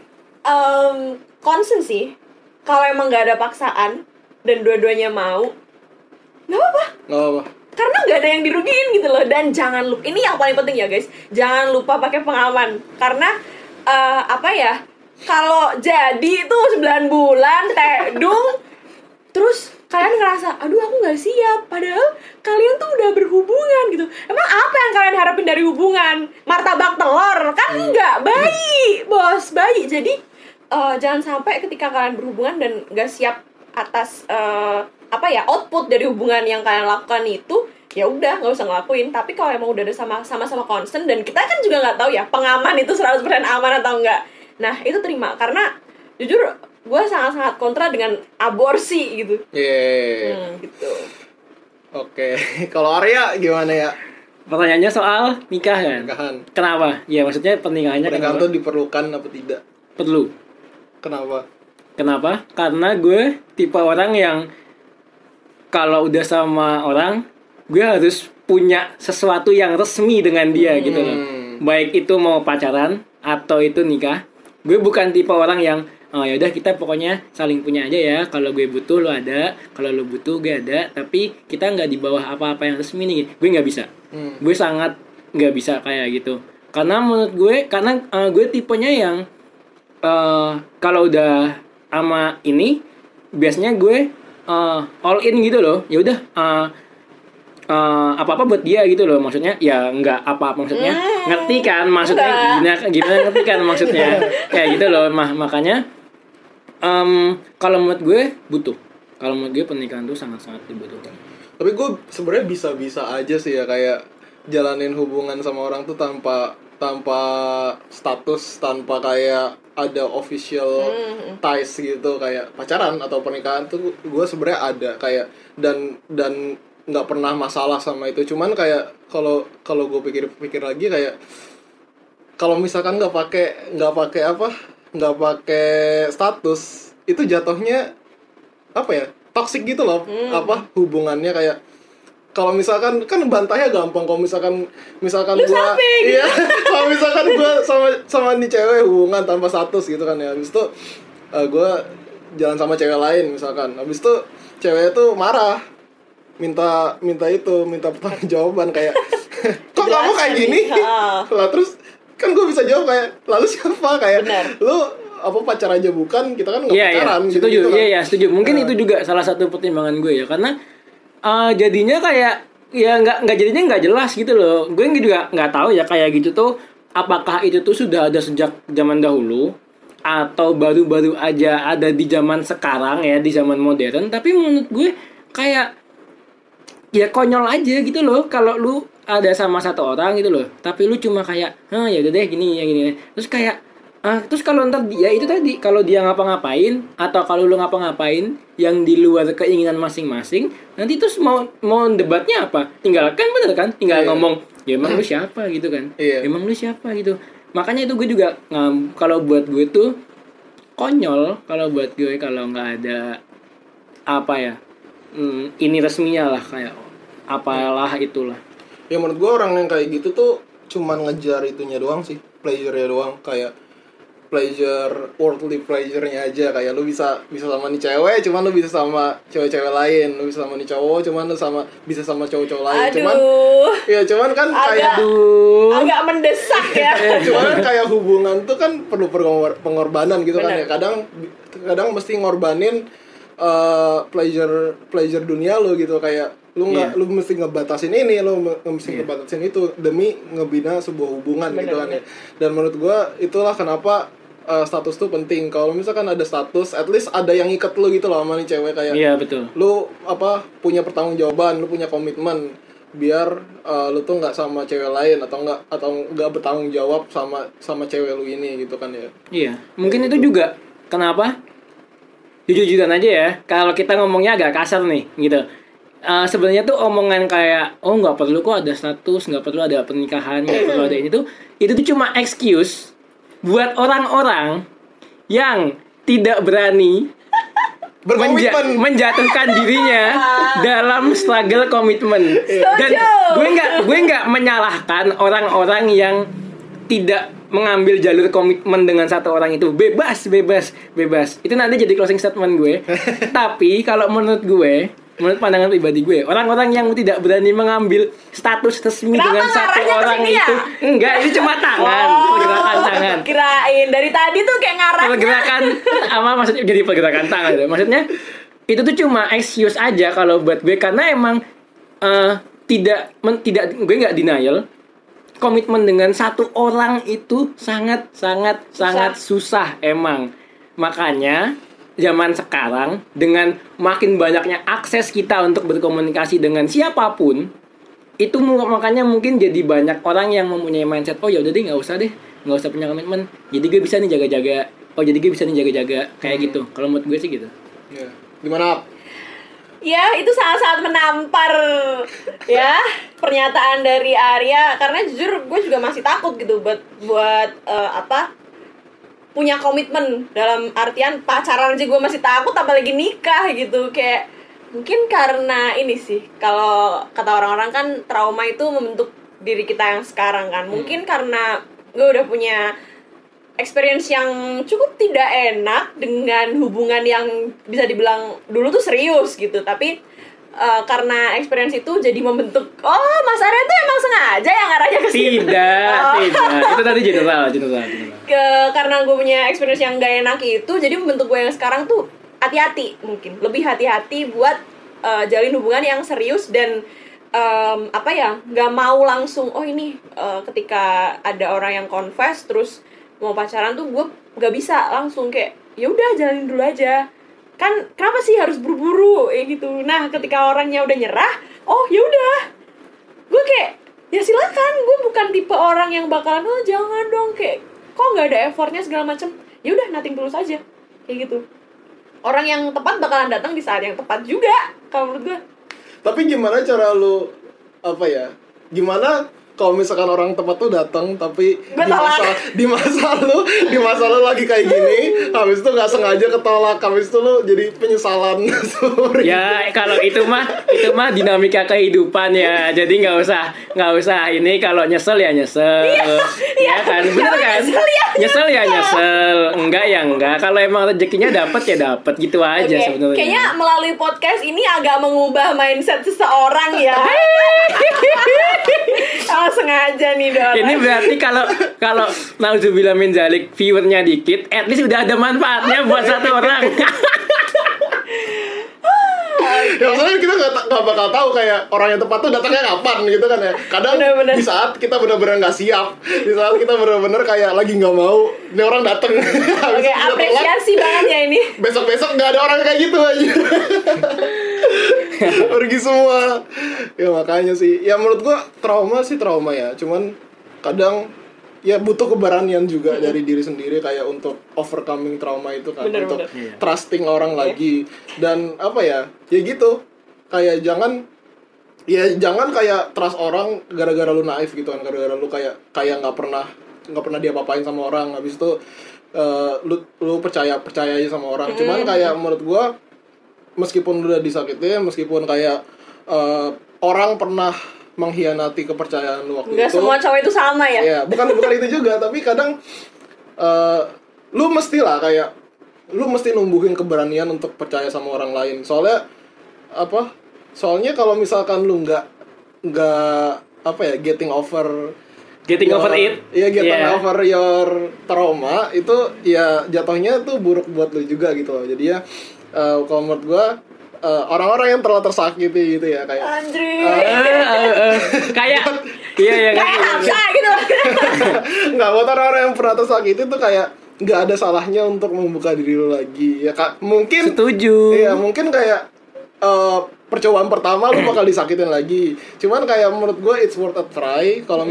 Concern sih. Kalau emang nggak ada paksaan dan dua-duanya mau, nggak apa-apa. Karena nggak ada yang dirugiin gitu loh. Dan jangan lupa, ini yang paling penting ya guys, jangan lupa pakai pengaman. Karena kalau jadi itu 9 bulan tedung, terus kalian ngerasa, aduh aku gak siap, padahal kalian tuh udah berhubungan gitu. Emang apa yang kalian harapin dari hubungan? Martabak telur? Kan enggak, bayi, bos, bayi. Jadi jangan sampai ketika kalian berhubungan dan gak siap atas output dari hubungan yang kalian lakukan itu, ya udah nggak usah ngelakuin. Tapi kalau emang udah ada sama-sama concern, dan kita kan juga nggak tahu ya pengaman itu 100% aman atau enggak, nah itu terima. Karena jujur gue sangat-sangat kontra dengan aborsi gitu. Gitu. Oke. Kalau Arya gimana ya? Pertanyaannya soal nikah kan? Nikahan. Kenapa? Ya maksudnya pernikahan itu diperlukan apa tidak? Perlu. Kenapa? Karena gue tipe orang yang kalau udah sama orang, gue harus punya sesuatu yang resmi dengan dia gitu loh. Baik itu mau pacaran atau itu nikah. Gue bukan tipe orang yang ya udah kita pokoknya saling punya aja ya. Kalau gue butuh lo ada, kalau lo butuh gue ada. Tapi kita nggak di bawah apa-apa yang resmi nih. Gue nggak bisa. Gue sangat nggak bisa kayak gitu. Karena menurut gue, gue tipenya yang kalau udah sama ini biasanya gue all in gitu loh. Ya udah apa-apa buat dia gitu loh, maksudnya ya nggak apa-apa, maksudnya ngerti kan maksudnya, gimana ngerti kan maksudnya kayak gitu loh. Makanya kalau menurut gue pernikahan tuh sangat-sangat dibutuhkan. Tapi gue sebenarnya bisa-bisa aja sih ya kayak jalanin hubungan sama orang tuh tanpa status, tanpa kayak ada official ties gitu, kayak pacaran atau pernikahan tuh gue sebenarnya ada kayak dan nggak pernah masalah sama itu. Cuman kayak kalau gue pikir lagi kayak kalau misalkan nggak pakai status itu jatuhnya apa ya, toxic gitu loh. Apa hubungannya kayak kalau misalkan kan bantahnya gampang. Kalau misalkan gue iya kalau misalkan gue sama nih cewek hubungan tanpa status gitu kan ya, habis itu gue jalan sama cewek lain misalkan, habis itu cewek itu marah, minta pertanggungjawaban kayak kok kamu kayak gini lah, terus kan gue bisa jawab kayak lalu siapa, kayak lu apa pacar aja bukan, kita kan nggak pacaran. Setuju gitu kan. Iya setuju, mungkin itu juga salah satu pertimbangan gue ya, karena jadinya kayak ya jadinya nggak jelas gitu loh. Gue juga nggak tahu ya kayak gitu tuh apakah itu tuh sudah ada sejak zaman dahulu atau baru-baru aja ada di zaman sekarang ya, di zaman modern. Tapi menurut gue kayak ya konyol aja gitu loh kalau lu ada sama satu orang gitu loh, tapi lu cuma kayak ya udah deh gini, terus kayak terus kalau ntar dia itu tadi, kalau dia ngapa-ngapain atau kalau lu ngapa-ngapain yang di luar keinginan masing-masing, nanti terus mau debatnya apa? Tinggalkan, bener kan? Tinggal ngomong, ya emang lu siapa gitu kan? Emang lu siapa gitu. Makanya itu gue juga kalau buat gue tuh konyol kalau buat gue kalau nggak ada apa ya, ini resminya lah, kayak apalah itulah. Ya menurut gue orang yang kayak gitu tuh cuman ngejar itunya doang sih, pleasure-nya doang, kayak worldly pleasure-nya aja. Kayak lu bisa sama nih cewek, cuman lu bisa sama cewek-cewek lain, lu bisa sama nih cowok, cuman lu bisa sama cowok-cowok lain. Cuman kan kayak agak mendesak ya. Cuman kayak hubungan tuh kan perlu pengorbanan gitu. Bener. Kan ya, kadang mesti ngorbanin pleasure dunia lu gitu, kayak lu lu mesti ngebatasin ini, lu mesti ngebatasin itu demi ngebina sebuah hubungan. Bener, gitu kan ya. Dan menurut gua itulah kenapa status tuh penting. Kalau misalkan ada status, at least ada yang ikat lu gitu loh sama nih cewek, kayak betul. Lu punya pertanggungjawaban, lu punya komitmen, biar lu tuh nggak sama cewek lain atau nggak bertanggung jawab sama cewek lu ini gitu kan ya. Iya, mungkin itu juga kenapa jujur-jujuran aja ya, kalau kita ngomongnya agak kasar nih gitu. Sebenarnya tuh omongan kayak nggak perlu kok ada status, nggak perlu ada pernikahan, nggak perlu ada ini tuh, itu tuh cuma excuse buat orang-orang yang tidak berani menjatuhkan dirinya dalam struggle komitmen. Dan gue nggak menyalahkan orang-orang yang tidak mengambil jalur komitmen dengan satu orang itu. Bebas. Itu nanti jadi closing statement gue. Tapi kalau menurut pandangan pribadi gue, orang-orang yang tidak berani mengambil status resmi dengan satu orang itu, enggak, ini cuma pergerakan tangan. Kirain dari tadi tuh kayak ngarahnya. Pergerakan maksudnya jadi pergerakan tangan. Maksudnya itu tuh cuma excuse aja kalau buat gue, karena emang tidak gue nggak denial. Komitmen dengan satu orang itu sangat susah emang. Makanya zaman sekarang dengan makin banyaknya akses kita untuk berkomunikasi dengan siapapun, itu makanya mungkin jadi banyak orang yang mempunyai mindset, ya udah deh nggak usah punya komitmen. Jadi gue bisa nih jaga-jaga. Kayak gitu. Kalau menurut gue sih gitu. Ya. Gimana? Ya, itu sangat-sangat menampar ya pernyataan dari Arya, karena jujur gue juga masih takut gitu buat punya komitmen, dalam artian pacaran aja gue masih takut, apalagi nikah gitu. Kayak mungkin karena ini sih, kalau kata orang-orang kan trauma itu membentuk diri kita yang sekarang kan. Mungkin karena gue udah punya experience yang cukup tidak enak dengan hubungan yang bisa dibilang dulu tuh serius gitu, tapi karena experience itu jadi membentuk, Mas Arya tuh emang sengaja yang arahnya ke situ. Tidak. Itu tadi general. karena gue punya experience yang gak enak itu, jadi membentuk gue yang sekarang tuh hati-hati, mungkin lebih hati-hati buat jalin hubungan yang serius dan nggak mau langsung ini ketika ada orang yang confess terus mau pacaran tuh gue nggak bisa langsung kayak ya udah jalin dulu aja kan, kenapa sih harus buru-buru gitu. Nah ketika orangnya udah nyerah, oh ya udah, gue kayak ya silakan, gue bukan tipe orang yang bakalan jangan dong kayak kok nggak ada effortnya segala macem, ya udah nothing tulus aja kayak gitu. Orang yang tepat bakalan datang di saat yang tepat juga kalau menurut gue. Tapi gimana cara lu gimana kalau misalkan orang tepat tuh datang tapi di masa lu lagi kayak gini, habis itu nggak sengaja ketolak, habis itu lu jadi penyesalan. Ya kalau itu mah dinamika kehidupan ya, jadi nggak usah ini, kalau nyesel ya nyesel, ya kan, bener kan, nyesel ya nyesel, enggak ya enggak, kalau emang rezekinya dapat ya dapat gitu aja sebenarnya. Kayaknya melalui podcast ini agak mengubah mindset seseorang ya. Sengaja nih Dora. Ini berarti kalau nauzubillah min dzalik viewernya dikit, at least udah ada manfaatnya buat satu orang. Ya maksudnya kita nggak bakal tahu kayak orang yang tepat tuh datangnya kapan gitu kan ya. Kadang bener. Di saat kita benar-benar nggak siap, di saat kita benar-benar kayak lagi nggak mau, ini orang datang. Oke, apresiasi banget ya ini. Besok-besok nggak ada orang kayak gitu aja. Pergi semua. Ya makanya sih, ya menurut gua trauma ya, cuman kadang ya butuh keberanian juga dari diri sendiri kayak untuk overcoming trauma itu kan, untuk trusting orang lagi, dan ya gitu, kayak jangan kayak trust orang gara-gara lu naif gitu kan, gara-gara lu kayak nggak pernah dia apa-apain sama orang, habis itu lu percaya aja sama orang. Cuman kayak menurut gua meskipun udah disakitin, meskipun kayak orang pernah mengkhianati kepercayaan lu waktu itu. Nggak semua cowok itu sama ya? Iya, bukan itu juga, tapi kadang lu mesti numbuhin keberanian untuk percaya sama orang lain. Soalnya kalau misalkan lu nggak getting over it. Iya, over your trauma itu ya jatuhnya tuh buruk buat lu juga gitu loh. Jadi ya kalau menurut gua orang-orang yang terlalu tersakiti gitu ya kayak kayak Hamsa gitu. Nggak, buat orang-orang yang pernah tersakiti tuh kayak nggak ada salahnya untuk membuka diri lu lagi ya kak. Mungkin setuju. Iya, mungkin kayak percobaan pertama lu bakal disakitin lagi, cuman kayak menurut gue it's worth a try. Kalau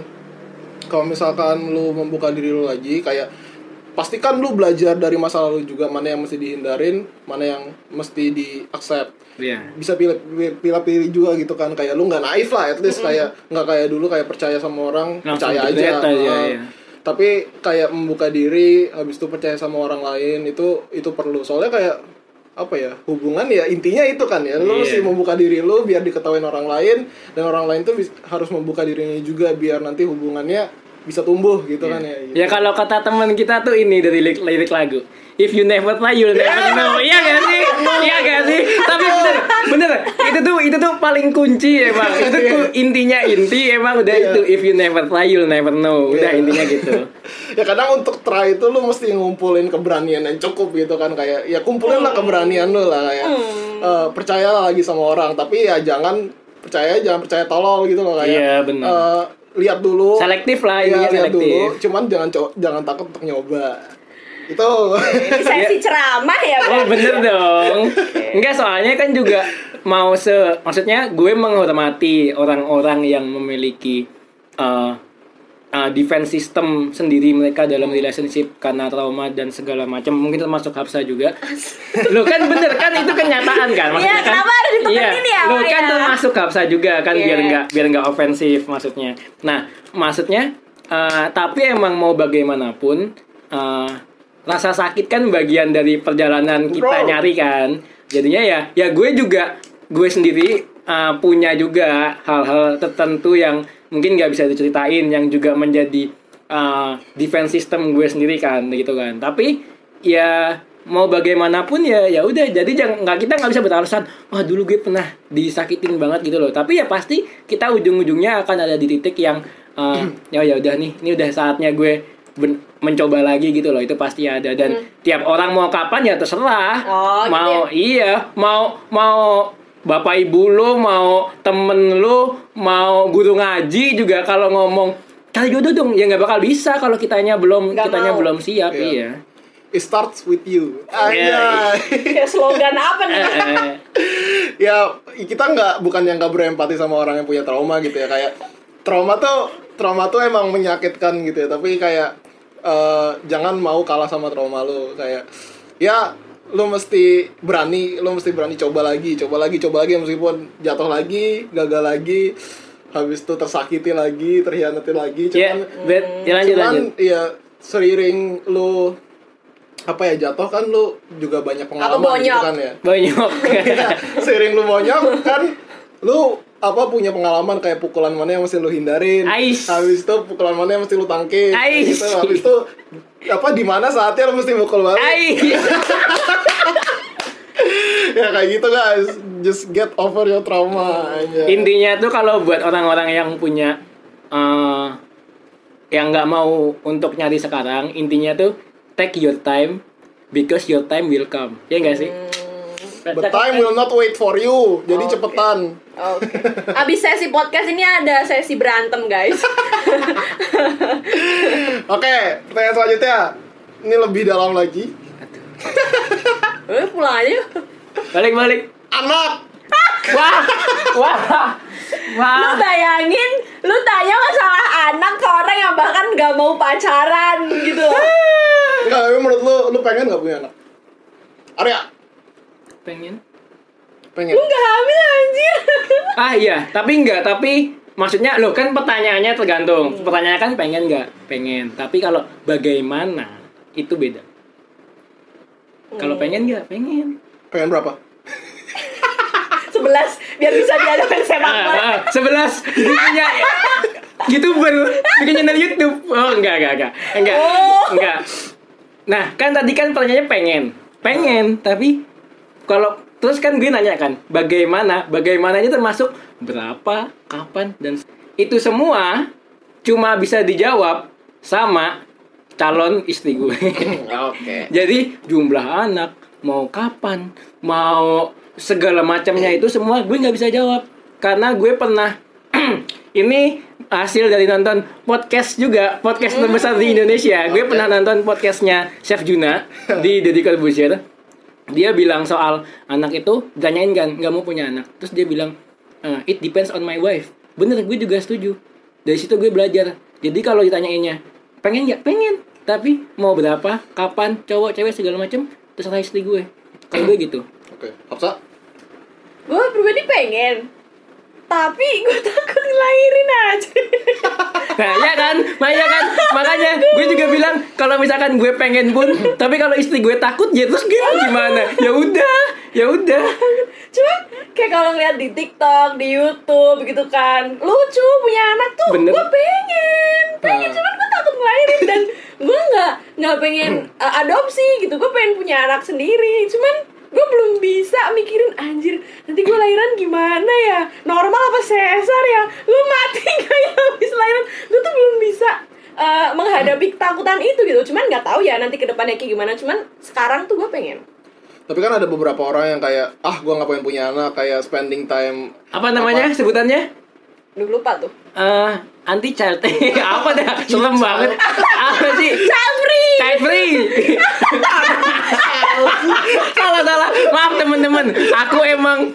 misalkan lu membuka diri lu lagi, kayak pastikan lu belajar dari masa lalu juga, mana yang mesti dihindarin, mana yang mesti di-accept. Bisa pilih juga gitu kan, kayak lu nggak naif lah, at least kayak nggak kayak dulu kayak percaya sama orang, percaya aja. Tapi kayak membuka diri, habis itu percaya sama orang lain, itu perlu. Soalnya kayak hubungan ya intinya itu kan ya, lu mesti membuka diri lu biar diketawain orang lain, dan orang lain tuh harus membuka dirinya juga biar nanti hubungannya bisa tumbuh gitu kan ya. Ya kalau kata teman kita tuh ini dari lirik lagu, if you never try you'll never know. Iya gak sih? Iya gak sih? Tapi bener itu tuh paling kunci emang. Itu tuh intinya emang udah itu, if you never try you'll never know. Udah intinya gitu. Ya kadang untuk try itu lu mesti ngumpulin keberanian yang cukup gitu kan, kayak ya kumpulin lah keberanian lu lah kayak percayalah lagi sama orang, tapi ya jangan percaya tolol gitu loh kayak. Iya benar. Lihat dulu, selektif lah ini, lihat dulu, cuman jangan takut untuk nyoba. Itu sesi ceramah ya, oh bener dong. Enggak, soalnya kan juga maksudnya gue menghormati orang-orang yang memiliki defense system sendiri mereka dalam relationship karena trauma dan segala macam, mungkin termasuk Hafsa juga. Lo kan bener kan, itu kenyataan kan, maksudnya kan. Kenapa harus ditekenin ya? Lo kan termasuk Hafsa juga kan, biar nggak ofensif maksudnya. Nah maksudnya tapi emang mau bagaimanapun rasa sakit kan bagian dari perjalanan kita nyari kan. Jadinya ya gue sendiri punya juga hal-hal tertentu yang mungkin nggak bisa diceritain, yang juga menjadi defense system gue sendiri kan gitu kan. Tapi ya mau bagaimanapun ya udah, jadi kita nggak bisa beralasan wah dulu gue pernah disakitin banget gitu loh. Tapi ya pasti kita ujung-ujungnya akan ada di titik yang ya udah nih, ini udah saatnya gue mencoba lagi gitu loh, itu pasti ada. Dan tiap orang mau kapan ya terserah. Mau gitu ya? mau bapak ibu lu, mau temen lu, mau guru ngaji juga kalau ngomong cari jodoh dong, ya nggak bakal bisa kalau kitanya belum siap. Iya. It starts with you. Kayak slogan apa nih? Ya kita bukan yang nggak berempati sama orang yang punya trauma gitu ya, kayak trauma tuh emang menyakitkan gitu ya, tapi kayak jangan mau kalah sama trauma lu. Kayak ya lu mesti berani coba lagi meskipun jatuh lagi, gagal lagi, habis itu tersakiti lagi, terhianati lagi. Lanjut. Ya seiring lu jatuh kan lu juga banyak pengalaman gitu kan ya. Bonyok. Seiring lu bonyok kan lu punya pengalaman kayak pukulan mana yang mesti lu hindarin. Habis itu pukulan mana yang mesti lu tangkis. Gitu. Habis itu di mana saatnya lu mesti mukul balik. Ya kayak gitu guys. Just get over your trauma aja. Intinya tuh kalau buat orang-orang yang punya yang nggak mau untuk nyari sekarang, intinya tuh take your time because your time will come. Ya nggak sih? The time will not wait for you. Jadi cepetan. Abis sesi podcast ini ada sesi berantem guys. Oke, pertanyaan selanjutnya. Ini lebih dalam lagi. Pulang aja. Balik. Anak. Wah. Lu bayangin, lu tanya masalah anak ke orang yang bahkan gak mau pacaran gitu loh. Enggak, tapi menurut lu pengen gak punya anak? Arya? Pengen. Lu gak hamil anjir. Iya, tapi maksudnya lo kan pertanyaannya tergantung. Pertanyaannya kan pengen gak? Pengen. Tapi kalau bagaimana itu beda. Kalau pengen gak? Pengen. Pengen berapa? 11 biar bisa diadakan sepak bola. 11 punya YouTuber bikin channel YouTube. Oh enggak. Nah kan tadi kan pertanyaannya pengen tapi kalau terus kan gue nanya kan bagaimananya termasuk berapa, kapan, dan itu semua cuma bisa dijawab sama calon istri gue. Oke. Jadi jumlah anak, mau kapan, mau segala macamnya itu semua gue nggak bisa jawab karena gue pernah ini hasil dari nonton podcast terbesar di Indonesia. Gue pernah nonton podcastnya Chef Juna di Deddy Corbuzier. Dia bilang soal anak itu, tanyain kan nggak mau punya anak, terus dia bilang it depends on my wife. Bener, gue juga setuju. Dari situ gue belajar. Jadi kalau ditanyainnya pengen nggak, pengen, tapi mau berapa, kapan, cowok cewek segala macam terserah istri gue. Kalau gue gitu. Oke, Hafsa? Gue pribadi pengen, tapi gue takut ngelahirin aja. Nah ya kan, makanya gue juga bilang kalau misalkan gue pengen pun, tapi kalau istri gue takut ya terus gue gimana? Ya udah. Cuma kayak kalau ngeliat di TikTok, di YouTube gitu kan, lucu punya anak tuh. Bener. Gue pengen, cuman gue takut ngelahirin dan gue nggak pengen adopsi gitu. Gue pengen punya anak sendiri, cuman gue belum bisa mikirin anjir nanti gue lahiran gimana ya, normal apa sesar ya, lu mati gak ya habis lahiran. Gue tuh belum bisa menghadapi ketakutan itu gitu. Cuman nggak tahu ya nanti kedepannya kayak gimana, cuman sekarang tuh gue pengen. Tapi kan ada beberapa orang yang kayak gue nggak pengen punya anak, kayak spending time. Apa namanya sebutannya? Duh lupa tuh. Anti child. Apa dah? Serem banget. Apa sih? Child free. Salah. Maaf teman-teman. Aku emang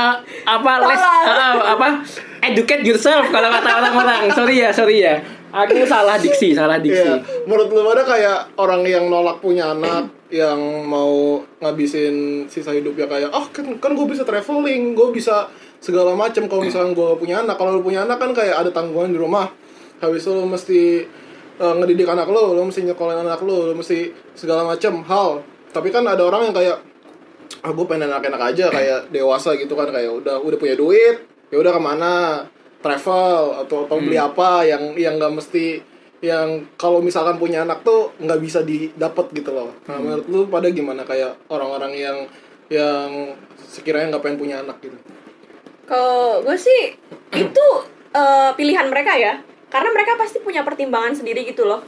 educate yourself kalau kata orang-orang. Sorry ya. Aku salah diksi. Iya. Menurut lu ada kayak orang yang nolak punya anak, yang mau ngabisin sisa hidupnya kayak kan gue bisa traveling, gue bisa segala macam kalau misalkan gue punya anak. Kalau lu punya anak kan kayak ada tanggungan di rumah. Habis itu lu mesti ngedidik anak lu mesti nyekolahin anak lu mesti segala macam hal. Tapi kan ada orang yang kayak gue pengen enak-enak aja kayak dewasa gitu kan, kayak udah punya duit, ya udah kemana travel atau beli apa yang nggak mesti, yang kalau misalkan punya anak tuh nggak bisa didapat gitu loh. Nah, menurut lu pada gimana kayak orang-orang yang sekiranya nggak pengen punya anak gitu? Kalau gue sih itu pilihan mereka ya, karena mereka pasti punya pertimbangan sendiri gitu loh.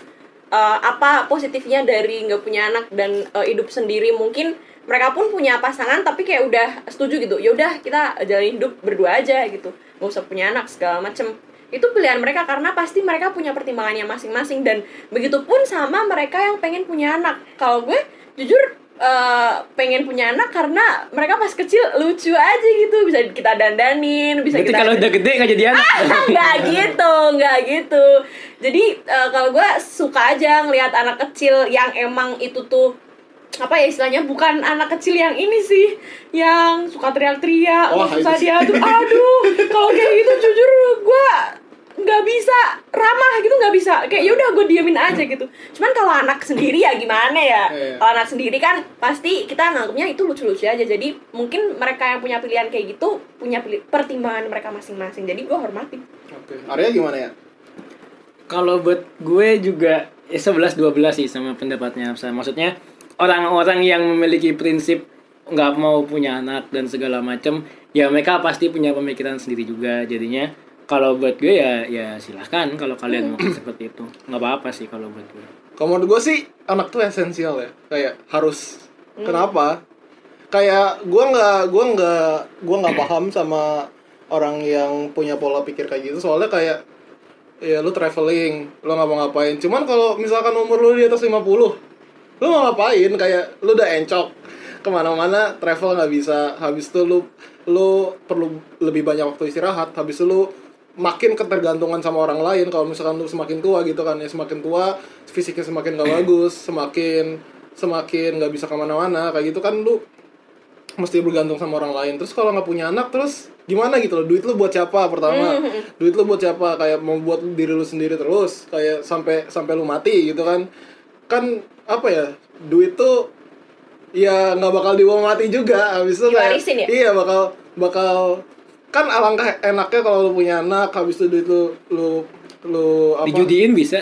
apa positifnya dari nggak punya anak dan hidup sendiri. Mungkin mereka pun punya pasangan tapi kayak udah setuju gitu, ya udah kita jalani hidup berdua aja gitu, nggak usah punya anak segala macem. Itu pilihan mereka karena pasti mereka punya pertimbangannya masing-masing. Dan begitupun sama mereka yang pengen punya anak. Kalau gue jujur pengen punya anak karena mereka pas kecil lucu aja gitu, bisa kita dandanin, bisa berarti kita kalau udah gede nggak jadi anak. nggak gitu. Jadi kalau gue suka aja ngelihat anak kecil yang emang itu tuh apa ya istilahnya, bukan anak kecil yang ini sih, yang suka teriak-teriak, susah diatur. Aduh, kalau kayak gitu jujur gue nggak bisa ramah gitu, nggak bisa, kayak ya udah gue diemin aja gitu. Cuman kalau anak sendiri ya gimana ya, kalau anak sendiri kan pasti kita nganggapnya itu lucu-lucu aja. Jadi mungkin mereka yang punya pilihan kayak gitu punya pertimbangan mereka masing-masing, jadi gue hormatin. Oke. Arya gimana ya? Kalau buat gue juga 11-12 sih sama pendapatnya. Maksudnya orang-orang yang memiliki prinsip nggak mau punya anak dan segala macam, ya mereka pasti punya pemikiran sendiri juga. Jadinya kalau buat gue ya silahkan kalau kalian mau seperti itu, nggak apa-apa sih kalau buat gue. Kalau menurut gue sih anak tuh esensial ya, kayak harus. Kenapa? Kayak gue nggak paham sama orang yang punya pola pikir kayak gitu. Soalnya kayak ya lu traveling, lu nggak mau ngapain. Cuman kalau misalkan umur lu di atas 50, lu mau ngapain? Kayak lu udah encok kemana-mana, travel nggak bisa. Habis itu lu perlu lebih banyak waktu istirahat. Habis itu lu makin ketergantungan sama orang lain. Kalau misalkan lu semakin tua gitu kan ya, semakin tua fisiknya semakin gak bagus, semakin nggak bisa kemana-mana kayak gitu kan, lu mesti bergantung sama orang lain. Terus kalau nggak punya anak terus gimana gitu loh, duit lu buat siapa pertama? Duit lu buat siapa? Kayak mau buat diri lu sendiri terus kayak sampai lu mati gitu kan apa ya, duit tuh ya nggak bakal dibawa mati juga. Habis itu kayak ya? Iya bakal kan alangkah enaknya kalau lu punya anak, habis itu duit lu apa? Dijudiin bisa.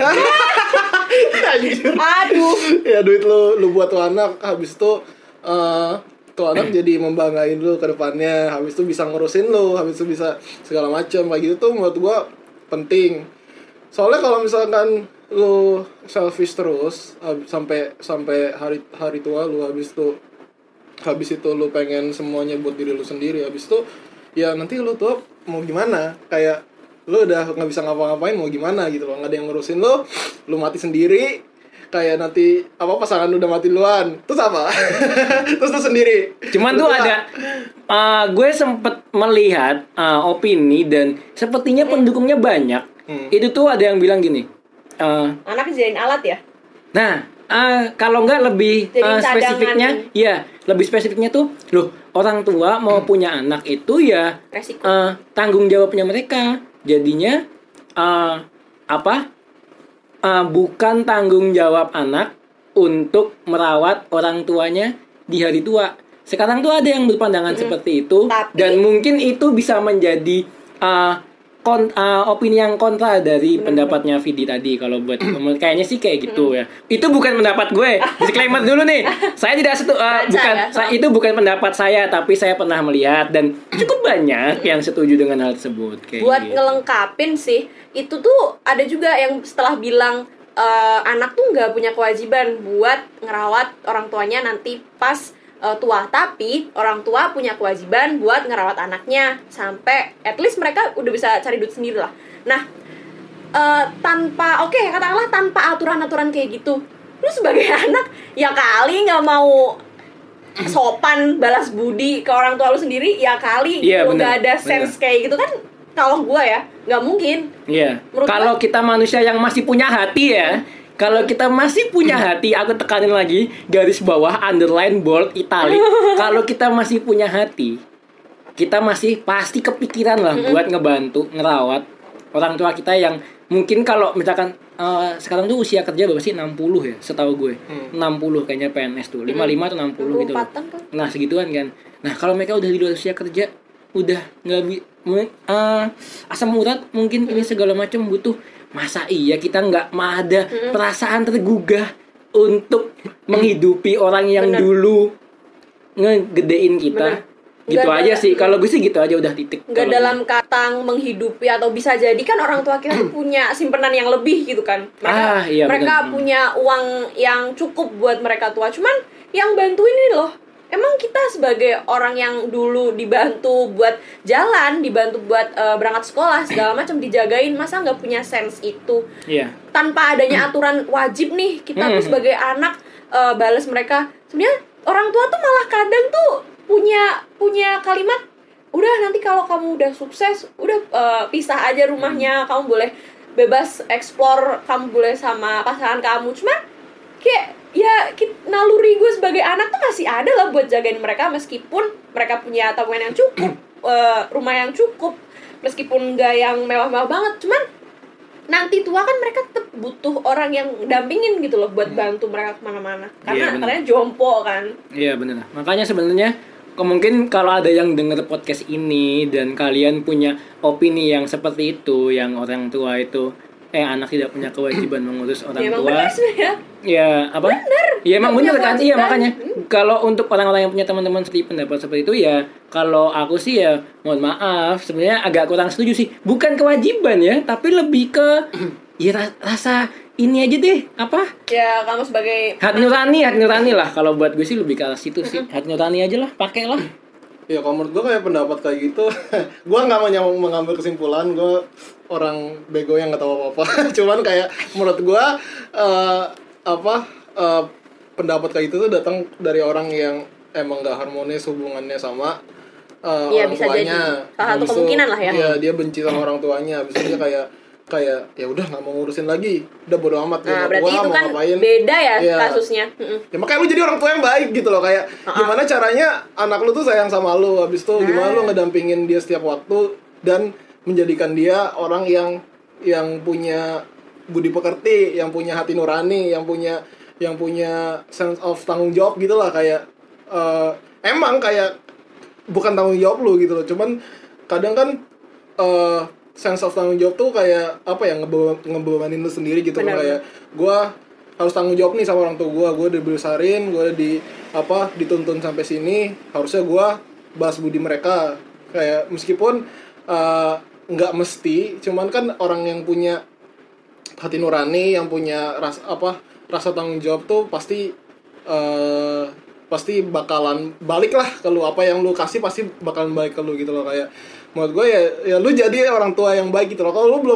Aduh. Ya duit lu buat tuh anak, habis itu tuh anak jadi membanggain lu ke depannya, habis itu bisa ngurusin lu, habis itu bisa segala macam kayak gitu tuh menurut gua penting. Soalnya kalau misalkan lu selfish terus sampai hari tua lu, habis itu lu pengen semuanya buat diri lu sendiri, habis itu ya nanti lu tuh mau gimana, kayak lu udah nggak bisa ngapa-ngapain mau gimana gitu loh, nggak ada yang ngurusin lu mati sendiri. Kayak nanti apa pasangan lu udah mati duluan, terus apa? Terus lu sendiri. Cuman tuh ada gue sempet melihat opini dan sepertinya pendukungnya banyak. Itu tuh ada yang bilang gini, anak dijadiin alat ya? Nah, kalau nggak lebih spesifiknya, ya lebih spesifiknya tuh, loh orang tua mau punya anak itu ya tanggung jawabnya mereka. Jadinya bukan tanggung jawab anak untuk merawat orang tuanya di hari tua. Sekarang tuh ada yang berpandangan seperti itu, dan mungkin itu bisa menjadi opini yang kontra dari pendapatnya Vidi tadi. Kalau buat kayaknya sih kayak gitu ya. Itu bukan pendapat gue. Disclaimer dulu nih. Saya tidak itu bukan pendapat saya, tapi saya pernah melihat dan cukup banyak yang setuju dengan hal tersebut. Kayak buat gitu. Ngelengkapin sih, itu tuh ada juga yang setelah bilang anak tuh nggak punya kewajiban buat ngerawat orang tuanya nanti pas tua, tapi orang tua punya kewajiban buat ngerawat anaknya sampai at least mereka udah bisa cari duit sendiri lah. Nah, katakanlah tanpa aturan-aturan kayak gitu, lu sebagai anak ya kali nggak mau sopan balas budi ke orang tua lu sendiri, ya kali lu nggak ada sense kayak gitu kan. Kalau gue ya nggak mungkin. Iya. Kalau kita manusia yang masih punya hati ya. Kalau kita masih punya hati, aku tekanin lagi, garis bawah, underline, bold, italic. Kalau kita masih punya hati, kita masih pasti kepikiran lah buat ngebantu, ngerawat orang tua kita yang mungkin kalau misalkan sekarang tuh usia kerja berapa sih? 60 ya, setahu gue. 60 kayaknya PNS tuh, 55 atau 60 gitu. Nah, segituan kan. Nah, kalau mereka udah di luar usia kerja, udah nggak asam urat mungkin ini segala macam butuh. Masa iya kita nggak ada perasaan tergugah untuk menghidupi orang yang dulu ngegedein kita. gitu aja sih. Kalau gue sih gitu aja udah titik. Nggak dalam kata menghidupi, atau bisa jadi kan orang tua kita tuh punya simpanan yang lebih gitu kan. Mereka punya uang yang cukup buat mereka tua. Cuman yang bantuin ini loh, emang kita sebagai orang yang dulu dibantu buat jalan, dibantu buat berangkat sekolah segala macam dijagain, masa nggak punya sense itu? Tanpa adanya aturan wajib nih kita tuh sebagai anak balas mereka. Sebenarnya orang tua tuh malah kadang tuh punya kalimat, udah nanti kalau kamu udah sukses, udah pisah aja rumahnya, kamu boleh bebas explore, kamu boleh sama pasangan kamu. Cuman kayak ya naluri gue sebagai anak tuh masih ada lah buat jagain mereka, meskipun mereka punya tabungan yang cukup, rumah yang cukup, meskipun nggak yang mewah-mewah banget. Cuman nanti tua kan mereka tetap butuh orang yang dampingin gitu loh, buat bantu mereka kemana-mana, karena katanya jompo kan. Iya benar. Makanya sebenarnya mungkin kalau ada yang denger podcast ini dan kalian punya opini yang seperti itu, yang orang tua itu anak tidak punya kewajiban mengurus orang tua. Ya apa? Bener. Ya emang bener kan? Iya makanya kalau untuk orang-orang yang punya teman-teman seperti pendapat seperti itu, ya kalau aku sih ya mohon maaf, sebenarnya agak kurang setuju sih. Bukan kewajiban ya, tapi lebih ke ya rasa ini aja deh, apa? Ya kamu sebagai hati nurani lah. Kalau buat gue sih lebih ke arah situ sih. Hati nurani aja lah, pakai lah. Ya kalau menurut gue kayak pendapat kayak gitu, gue nggak mau mengambil kesimpulan, gue orang bego yang nggak tahu apa-apa. Cuman kayak menurut gue pendapat kayak gitu tuh datang dari orang yang emang nggak harmonis hubungannya sama orang bisa tuanya. Jadi salah satu kemungkinan lah ya. Iya, dia benci sama orang tuanya, habis itu dia kayak ya udah nggak mau ngurusin lagi, udah bodo amat. Nah berarti itu kan ngapain. Beda ya kasusnya. Ya makanya lu jadi orang tua yang baik gitu loh, kayak gimana caranya anak lu tuh sayang sama lu, habis itu gimana lu ngedampingin dia setiap waktu dan menjadikan dia orang yang punya budi pekerti, yang punya hati nurani, yang punya sense of tanggung jawab gitu lah, kayak emang kayak bukan tanggung jawab lu gitu loh, cuman kadang kan sense of tanggung jawab tuh kayak apa ya, ngebebanin lu sendiri gitu. Bener. Kayak gue harus tanggung jawab nih sama orang tua gue dibesarin, gue dituntun sampai sini, harusnya gue balas budi mereka. Kayak meskipun nggak mesti, cuman kan orang yang punya hati nurani, yang punya rasa tanggung jawab tuh pasti bakalan balik lah ke lu, apa yang lu kasih pasti bakalan balik ke lu gitu loh. Kayak menurut gue ya lu jadi orang tua yang baik gitu loh. Kalau lu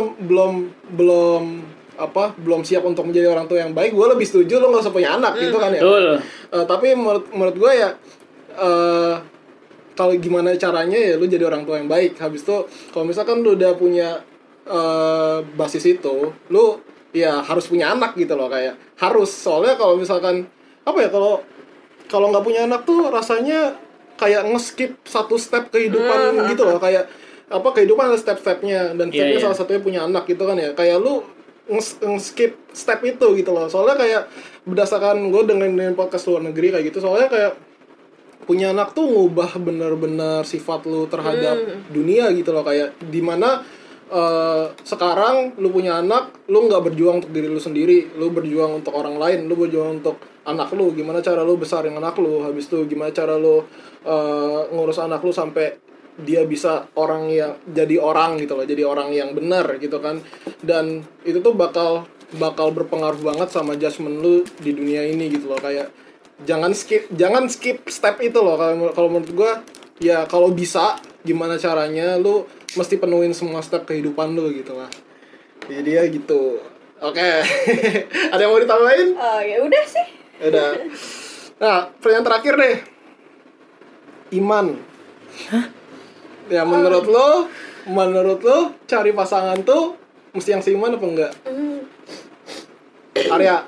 belum siap untuk menjadi orang tua yang baik, gue lebih setuju lu nggak usah punya anak gitu kan ya. Tapi menurut gue ya kalau gimana caranya ya lu jadi orang tua yang baik. Habis itu kalau misalkan lu udah punya basis itu, lu ya harus punya anak gitu loh, kayak harus. Soalnya kalau misalkan kalau nggak punya anak tuh rasanya kayak nge-skip satu step kehidupan gitu loh. Kayak kehidupan ada step-stepnya, dan stepnya salah satunya punya anak gitu kan ya. Kayak lu nge-skip step itu gitu loh. Soalnya kayak berdasarkan gue dengerin podcast luar negeri kayak gitu, soalnya kayak punya anak tuh ngubah bener-bener sifat lu terhadap dunia gitu loh. Kayak dimana sekarang lu punya anak, lu nggak berjuang untuk diri lu sendiri, lu berjuang untuk orang lain, lu berjuang untuk anak lu. Gimana cara lu besarin anak lu, habis itu gimana cara lu ngurus anak lu sampai dia bisa jadi orang gitu loh, jadi orang yang benar gitu kan. Dan itu tuh bakal berpengaruh banget sama judgement lu di dunia ini gitu loh. Kayak jangan skip step itu loh. Kalau menurut gua ya, kalau bisa gimana caranya lu mesti penuhin semua step kehidupan lu gitu lah. Jadi ya gitu. Oke. Ada yang mau ditambahin? Ya udah sih. Udah. Nah, pertanyaan terakhir deh. Iman. Ya menurut lo cari pasangan tuh mesti yang seiman apa enggak? Arya.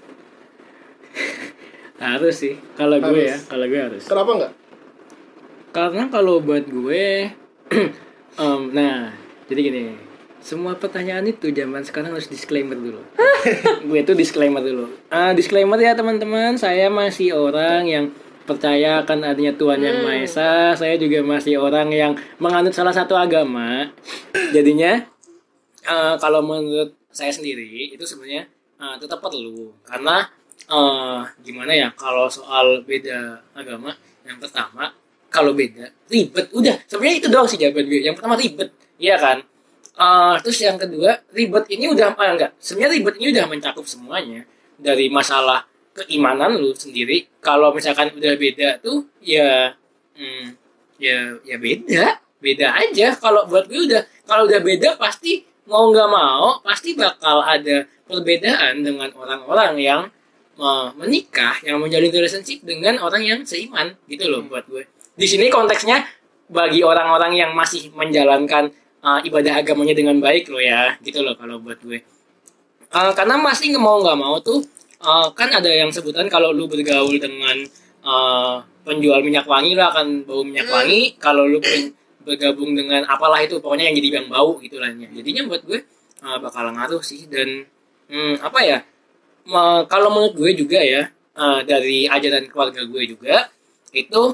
Harus sih. Kalau gue harus. Kenapa enggak? Karena kalau buat gue nah, jadi gini, semua pertanyaan itu zaman sekarang harus disclaimer dulu. Gue tuh disclaimer dulu. Disclaimer ya teman-teman, saya masih orang yang percaya akan adanya Tuhan Yang Maha Esa. Saya juga masih orang yang menganut salah satu agama. Jadinya kalau menurut saya sendiri itu sebenarnya tetap perlu. Karena gimana ya, kalau soal beda agama, yang pertama kalau beda ribet. Udah, sebenarnya itu doang sih jawaban gue. Yang pertama ribet, iya kan. Terus yang kedua, ribet ini udah enggak. Sebenarnya ribet ini udah mencakup semuanya, dari masalah keimanan lu sendiri. Kalau misalkan udah beda tuh ya ya beda aja. Kalau buat gue kalau udah beda pasti mau nggak mau pasti bakal ada perbedaan dengan orang-orang yang menikah, yang menjalin relationship dengan orang yang seiman gitu loh buat gue. Di sini konteksnya bagi orang-orang yang masih menjalankan ibadah agamanya dengan baik loh ya, gitu loh kalau buat gue. Karena masih nggak mau tuh kan ada yang sebutan kalau lu bergaul dengan penjual minyak wangi lu akan bau minyak wangi, kalau lu bergabung dengan apalah itu pokoknya yang jadi yang bau gitu lah ya. Jadinya buat gue bakal ngaruh sih. Dan apa ya, kalau menurut gue juga ya, dari ajaran keluarga gue juga itu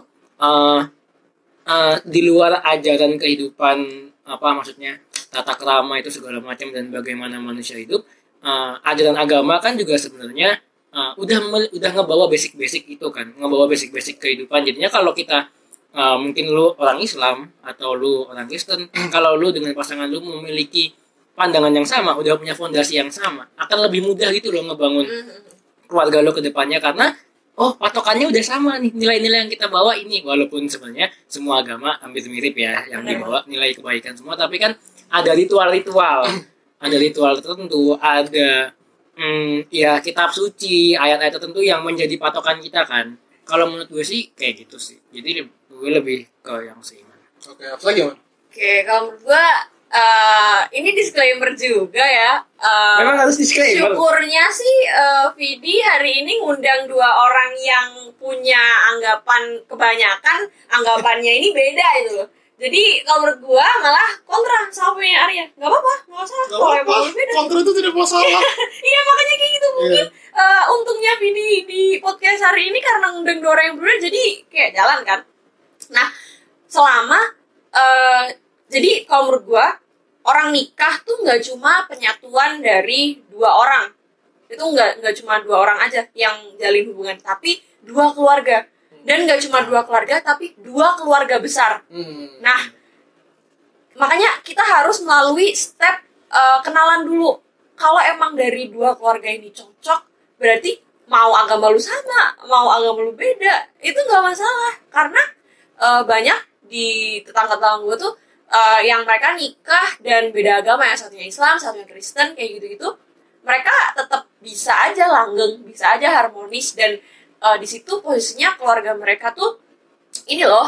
di luar ajaran kehidupan, apa maksudnya tata krama itu segala macam dan bagaimana manusia hidup, ajaran agama kan juga sebenarnya udah ngebawa basic-basic itu kan, ngebawa basic-basic kehidupan. Jadinya kalau kita mungkin lu orang Islam atau lu orang Kristen, kalau lu dengan pasangan lu memiliki pandangan yang sama, udah punya fondasi yang sama, akan lebih mudah gitu loh ngebangun keluarga lu ke depannya, karena patokannya udah sama nih, nilai-nilai yang kita bawa ini. Walaupun sebenarnya semua agama hampir mirip ya, yang dibawa nilai kebaikan semua, tapi kan ada ritual-ritual, ada ritual tertentu, ada ya kitab suci, ayat-ayat tertentu yang menjadi patokan kita kan. Kalau menurut gue sih kayak gitu sih. Jadi gue lebih ke yang seiman. Oke, apa lagi, Man? Oke, kalau menurut gue ini disclaimer juga ya. Memang harus disclaimer. Syukurnya sih Vidi hari ini ngundang 2 orang yang punya anggapan, kebanyakan anggapannya ini beda itu loh. Jadi kalau menurut gue malah kontra sama punya Arya. Gak apa-apa, gak masalah. Kalau emang beda. Kontra itu tidak masalah. Iya, makanya kayak gitu. Mungkin untungnya Vidi di podcast hari ini karena ngundang 2 orang yang berbeda, jadi kayak jalan kan. Nah, selama jadi kalau menurut gue, orang nikah tuh nggak cuma penyatuan dari 2 orang. Itu nggak cuma 2 orang aja yang jalin hubungan, tapi 2 keluarga. Dan nggak cuma 2 keluarga, tapi 2 keluarga besar. Nah, makanya kita harus melalui step kenalan dulu. Kalau emang dari 2 keluarga ini cocok, berarti mau agama lu sama, mau agama lu beda, itu nggak masalah. Karena banyak di tetangga-tetangga gue tuh yang mereka nikah dan beda agama, yang satunya Islam, satunya Kristen, kayak gitu-gitu, mereka tetap bisa aja langgeng, bisa aja harmonis. Dan di situ posisinya keluarga mereka tuh ini loh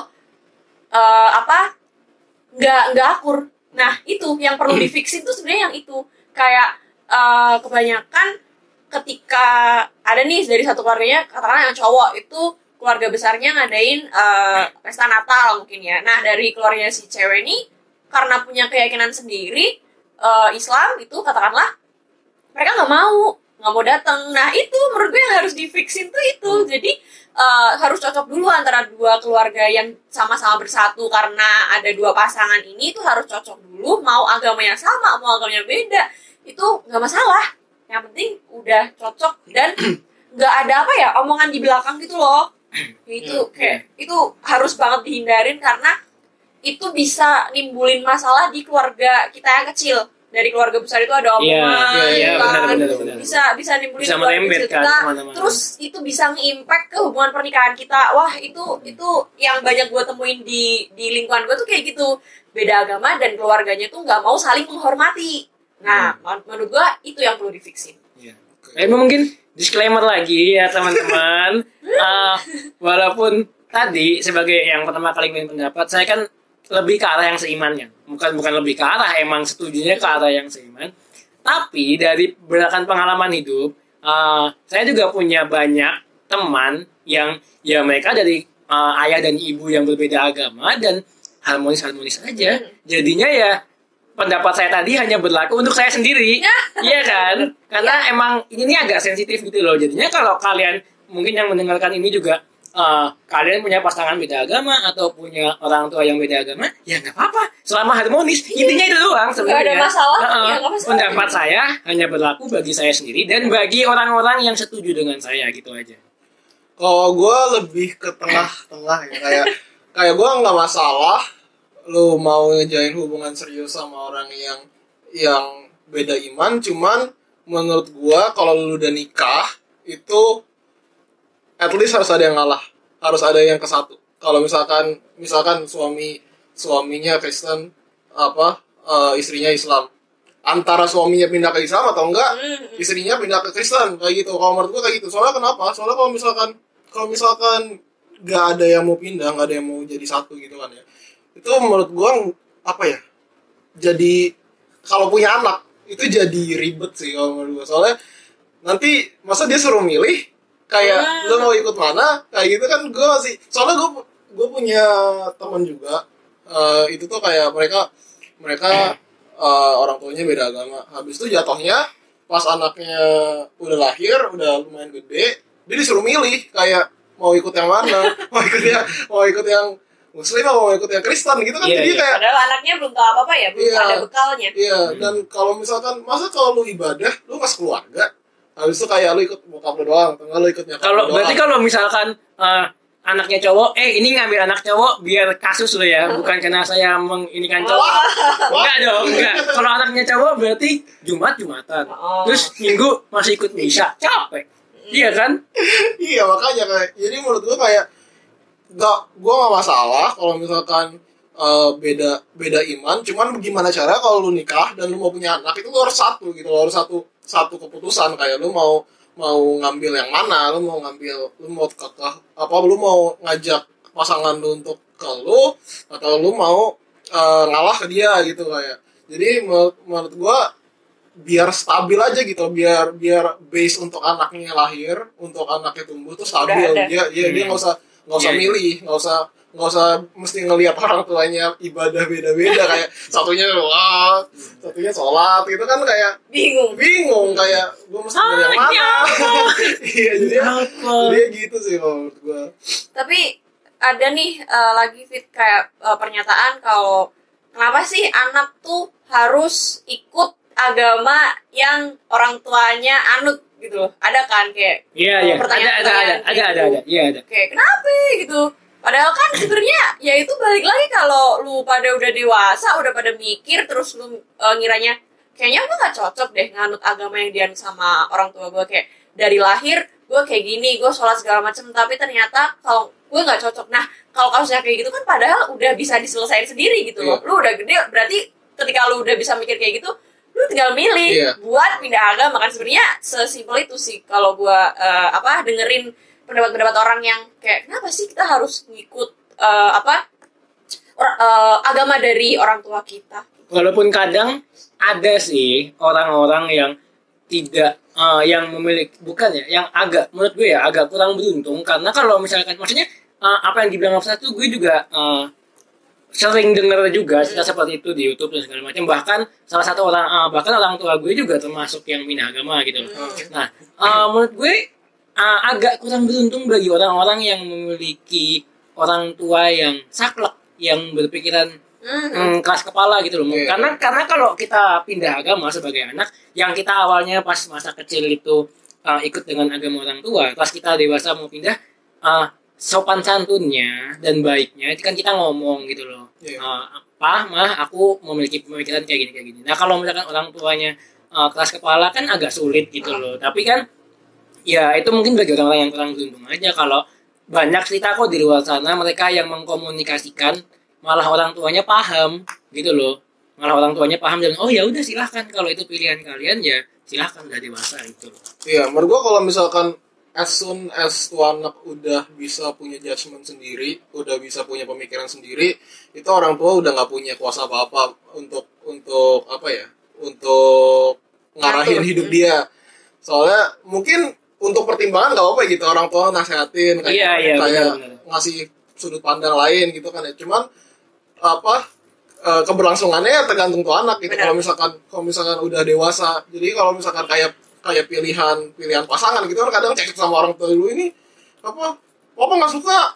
nggak akur. Nah, itu yang perlu difixin tuh sebenarnya yang itu. Kayak kebanyakan ketika ada nih dari satu keluarganya, katakanlah yang cowok itu keluarga besarnya ngadain pesta Natal mungkin ya. Nah, dari keluarganya si cewek ini karena punya keyakinan sendiri Islam itu, katakanlah mereka nggak mau datang. Nah, itu menurut gue yang harus difixin tuh itu. Jadi harus cocok dulu antara 2 keluarga yang sama-sama bersatu karena ada 2 pasangan ini, itu harus cocok dulu. Mau agamanya sama, mau agamanya beda, itu nggak masalah. Yang penting udah cocok dan nggak ada omongan di belakang gitu loh. Itu kayak itu harus banget dihindarin, karena itu bisa nimbulin masalah di keluarga kita yang kecil. Dari keluarga besar itu ada omongan, benar. bisa nimbulin keluarga kecil kita, terus itu bisa nge-impact ke hubungan pernikahan kita. Wah, itu yang banyak gue temuin di lingkungan gue tuh kayak gitu. Beda agama dan keluarganya tuh nggak mau saling menghormati. Nah, menurut gue itu yang perlu difixin. Mungkin disclaimer lagi ya teman-teman. Walaupun tadi sebagai yang pertama kali ingin pendapat, saya kan lebih ke arah yang seimannya. Bukan lebih ke arah, emang setujunya ke arah yang seiman. Tapi dari berdasarkan pengalaman hidup, saya juga punya banyak teman yang ya mereka dari ayah dan ibu yang berbeda agama dan harmonis aja. Jadinya ya pendapat saya tadi hanya berlaku untuk saya sendiri. Iya kan? Karena emang ini agak sensitif gitu loh. Jadinya kalau kalian mungkin yang mendengarkan ini juga kalian punya pasangan beda agama atau punya orang tua yang beda agama, ya nggak apa-apa, selama harmonis. Intinya itu doang sebenarnya. Nggak ada masalah. Pendapat saya hanya berlaku bagi saya sendiri dan bagi orang-orang yang setuju dengan saya, gitu aja. Kalau gue lebih ke tengah-tengah ya, kayak kayak gue nggak masalah lu mau ngejalin hubungan serius sama orang yang beda iman, cuman menurut gue kalau lu udah nikah itu at least harus ada yang ngalah, harus ada yang ke satu. Kalau misalkan suaminya Kristen, istrinya Islam, antara suaminya pindah ke Islam atau enggak, istrinya pindah ke Kristen kayak gitu. Kalau menurut gue kayak gitu. Soalnya kenapa? Soalnya kalau misalkan nggak ada yang mau pindah, nggak ada yang mau jadi satu gitu kan ya, itu menurut gue jadi kalau punya anak itu jadi ribet sih kalau menurut gue. Soalnya nanti masa dia suruh milih kayak lo mau ikut mana kayak gitu kan. Gue masih, soalnya gue punya teman juga, itu tuh kayak mereka orang tuanya beda agama. Habis itu jatuhnya pas anaknya udah lahir, udah lumayan gede, dia disuruh milih kayak mau ikut yang mana, mau ikut yang Muslim atau mau ikut yang Kristen gitu kan. Jadi kayak padahal anaknya belum tahu apa-apa ya, belum ada bekalnya. Iya, dan kalau misalkan kalau lu ibadah, lu pas keluarga, habis itu kayak lu ikut bokap lu doang, atau enggak lu ikut nyokap lu doang. Berarti kalau misalkan anaknya cowok, ini ngambil anak cowok biar kasus lo ya, bukan karena saya menginikan cowok. Enggak dong, enggak. Kalau anaknya cowok berarti Jumatan. Terus Minggu masih ikut misa, capek. Iya kan? Iya, makanya kayak, jadi menurut gua kayak gua nggak masalah kalau misalkan beda iman, cuman gimana cara kalau lu nikah dan lu mau punya anak itu lu harus satu gitu, lu harus satu keputusan. Kayak lu mau ngambil yang mana, lu mau ngajak pasangan lu untuk ke lu, atau lu mau ngalah ke dia gitu kayak. Jadi menurut gua biar stabil aja gitu, biar base untuk anaknya lahir, untuk anaknya tumbuh tuh stabil. Dia nggak usah milih, nggak usah mesti ngelihat orang tuanya ibadah beda-beda kayak satunya sholat gitu kan, kayak bingung kayak gue mesti milih yang mana. Iya, jadi gitu sih menurut gue. Tapi ada nih lagi Fit kayak pernyataan kalau kenapa sih anak tuh harus ikut agama yang orang tuanya anut gitu loh. Ada kan kayak pertanyaan ada. Iya, ada. Kayak kenapa gitu? Padahal kan sebenarnya ya itu balik lagi kalau lu pada udah dewasa, udah pada mikir, terus lu ngiranya kayaknya gue gak cocok deh nganut agama yang dianut sama orang tua gue. Kayak dari lahir gue kayak gini, gue sholat segala macam, tapi ternyata kalau gue gak cocok. Nah kalau kasusnya kayak gitu kan padahal udah bisa diselesain sendiri gitu loh. Lu udah gede, berarti ketika lu udah bisa mikir kayak gitu, lu tinggal milih buat pindah agama. Kan sebenarnya sesimpel itu sih kalau gue dengerin pendapat-pendapat orang yang kayak kenapa sih kita harus ngikut agama dari orang tua kita. Walaupun kadang ada sih orang-orang yang tidak yang memiliki, bukan ya, yang agak, menurut gue ya agak kurang beruntung. Karena kalau misalkan, maksudnya apa yang dibilang Hafsah itu gue juga sering dengar juga cerita seperti itu di YouTube dan segala macam. Bahkan salah satu bahkan orang tua gue juga termasuk yang pindah agama gitu. Nah, menurut gue agak kurang beruntung bagi orang-orang yang memiliki orang tua yang saklek, yang berpikiran keras kepala gitu loh. Karena kalau kita pindah agama sebagai anak, yang kita awalnya pas masa kecil itu ikut dengan agama orang tua, pas kita dewasa mau pindah, sopan santunnya dan baiknya itu kan kita ngomong gitu loh. Mah, aku memiliki pemikiran kayak gini. Nah kalau misalkan orang tuanya keras kepala kan agak sulit gitu loh. Tapi kan ya itu mungkin bagi orang-orang yang kurang beruntung aja. Kalau banyak cerita kok di luar sana mereka yang mengkomunikasikan, malah orang tuanya paham gitu loh. Malah orang tuanya paham dan oh ya udah silahkan, kalau itu pilihan kalian ya silahkan, udah dewasa gitu loh. Iya, menurut gua kalau misalkan as soon as tuh anak udah bisa punya judgement sendiri, udah bisa punya pemikiran sendiri, itu orang tua udah nggak punya kuasa apa-apa untuk ngarahin hidup dia. Soalnya mungkin untuk pertimbangan nggak apa-apa gitu, orang tua nasehatin kayak benar. ngasih sudut pandang lain gitu kan ya. Cuman keberlangsungannya tergantung tuh anak gitu. Kalau misalkan udah dewasa, jadi kalau misalkan kayak pilihan pasangan gitu kan kadang cekcok sama orang tua dulu, ini papa nggak suka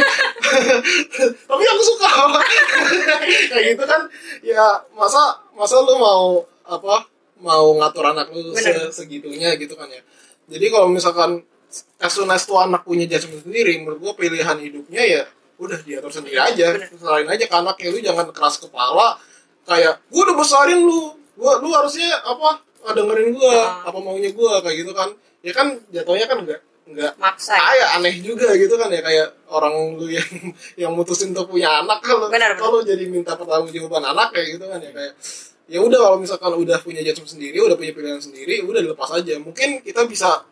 tapi aku suka kayak gitu kan ya. Masa lu mau ngatur anak lu segitunya gitu kan ya. Jadi kalau misalkan as soon as tuh anak punya judgement sendiri, menurut gua pilihan hidupnya ya udah diatur sendiri aja, selain aja ke anaknya, lu jangan keras kepala kayak gue udah besarin lu harusnya apa dengerin gue apa maunya gue kayak gitu kan, ya kan jatuhnya kan enggak maksa kayak aneh juga gitu kan ya, kayak orang lu yang mutusin untuk punya anak kalau jadi minta pertanggungjawaban anak kayak gitu kan ya, kayak ya udah kalau misalkan udah punya judgement sendiri, udah punya pilihan sendiri, udah dilepas aja. Mungkin kita bisa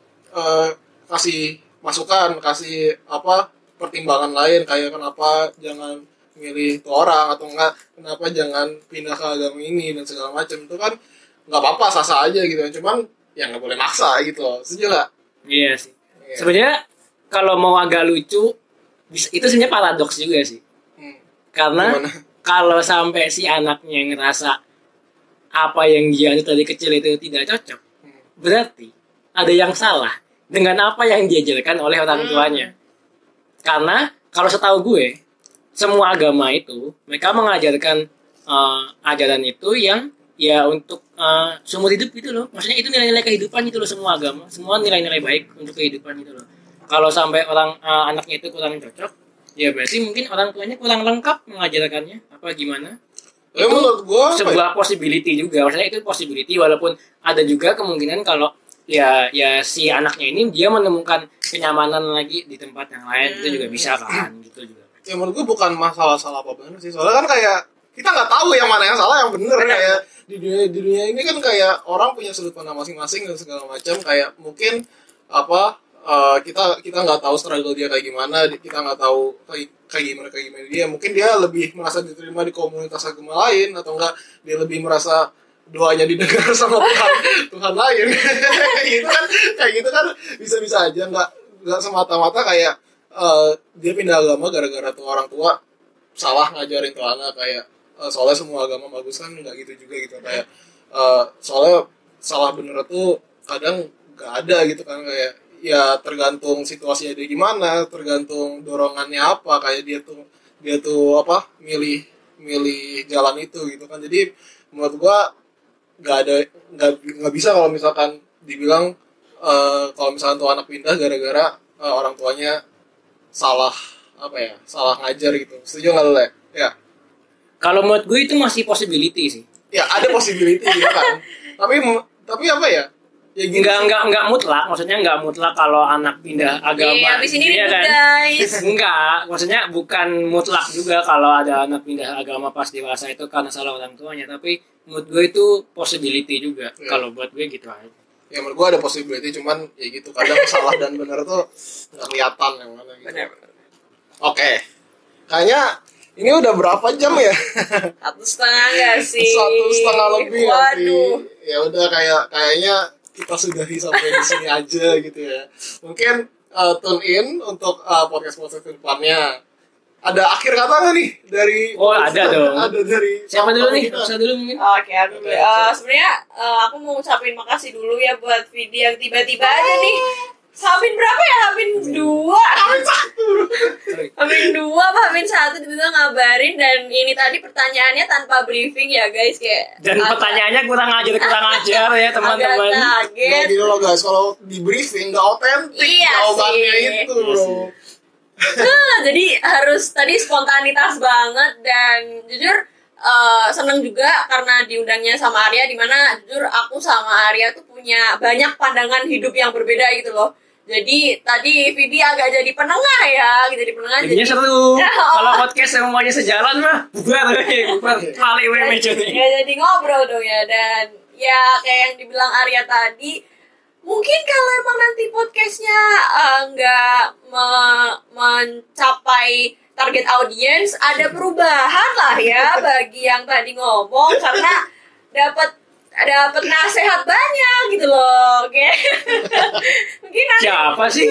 kasih masukan, kasih apa pertimbangan lain kayak kenapa jangan milih tuh orang, atau enggak kenapa jangan pindah ke agama ini dan segala macam, itu kan nggak apa-apa, sah-sah aja gitu, cuman ya nggak boleh maksa gitu loh. Setuju nggak? Iya sih. Sebenarnya kalau mau agak lucu, itu sebenarnya paradoks juga sih. Karena kalau sampai si anaknya ngerasa apa yang dia tadi kecil itu tidak cocok, berarti ada yang salah dengan apa yang diajarkan oleh orang tuanya. Karena kalau setahu gue, semua agama itu mereka mengajarkan ajaran itu yang ya untuk seumur hidup gitu loh. Maksudnya itu nilai-nilai kehidupan itu loh, semua agama, semua nilai-nilai baik untuk kehidupan itu loh. Kalau sampai orang anaknya itu kurang cocok, ya berarti mungkin orang tuanya kurang lengkap mengajarkannya apa gimana. Ya, itu menurut gua sebuah possibility juga. Maksudnya itu possibility, walaupun ada juga kemungkinan kalau ya si anaknya ini dia menemukan kenyamanan lagi di tempat yang lain, itu juga bisa kan gitu juga. Ya menurut gua bukan masalah salah apa benar sih, soalnya kan kayak kita nggak tahu yang mana yang salah yang benar. Kayak di dunia ini kan kayak orang punya sudut pandang masing-masing dan segala macam, kayak mungkin apa kita nggak tahu struggle dia kayak gimana, kita nggak tahu kayak gimana dia, mungkin dia lebih merasa diterima di komunitas agama lain, atau enggak dia lebih merasa doanya didengar sama Tuhan lain. kayak gitu kan bisa aja, nggak semata-mata kayak dia pindah agama gara-gara tuh orang tua salah ngajarin tuh anak, kayak soalnya semua agama bagus kan, nggak gitu juga gitu, kayak soalnya salah bener tuh kadang nggak ada gitu kan, kayak ya tergantung situasinya dia gimana, tergantung dorongannya apa, kayak dia tuh apa milih jalan itu gitu kan. Jadi menurut gua nggak bisa kalau misalkan dibilang kalau misalkan tuh anak pindah gara-gara orang tuanya salah ngajar gitu. Setuju nggak lo ya? Kalau menurut gue itu masih possibility sih. Ya ada possibility gitu kan. Tapi apa ya? Ya gini, enggak mutlak, maksudnya enggak mutlak kalau anak pindah agama. Iya, abis ini kan? Guys. Enggak, maksudnya bukan mutlak juga kalau ada anak pindah agama pas dewasa itu karena salah orang tuanya, tapi menurut gue itu possibility juga. Ya. Kalau buat gue gitu aja. Ya menurut gue ada possibility, cuman ya gitu, kadang salah dan benar tuh nggak kelihatan yang mana gitu. Benar. Oke. Kayaknya ini udah berapa jam ya? 1,5 nggak sih? 1,5 lebih. Waduh. Ya udah kayaknya kita sudahi sampai di sini aja gitu ya. Mungkin tune in untuk podcast depannya. Ada akhir kata nggak nih dari? Oh ada dong. Ada dari siapa dulu nih? Bisa dulu mungkin. Oke, aku dulu. Sebenarnya aku mau ngucapin makasih dulu ya buat video yang tiba-tiba aja nih. Hamin berapa ya? Hamin 2. Hamin 1. Hamin 2 apa Hamin 1 tiba-tiba ngabarin, dan ini tadi pertanyaannya tanpa briefing ya guys, kayak. Dan pertanyaannya kurang ajar ya teman-teman. Agak kaget. Gitu loh guys, kalau di briefing nggak otentik jawabannya itu loh. Jadi harus tadi spontanitas banget, dan jujur seneng juga karena diundangnya sama Arya, dimana jujur aku sama Arya tuh punya banyak pandangan hidup yang berbeda gitu loh. Jadi tadi Vidi agak jadi penengah ya, jadi penengah. Jadinya seru. Kalau podcast semuanya sejalan mah bubar kali mejanya. Ya jadi ngobrol dong ya, dan ya kayak yang dibilang Arya tadi, mungkin kalau emang nanti podcastnya nggak mencapai target audiens, ada perubahan lah ya bagi yang tadi ngomong, karena dapat nasihat banyak gitu loh. Oke. Mungkin siapa sih?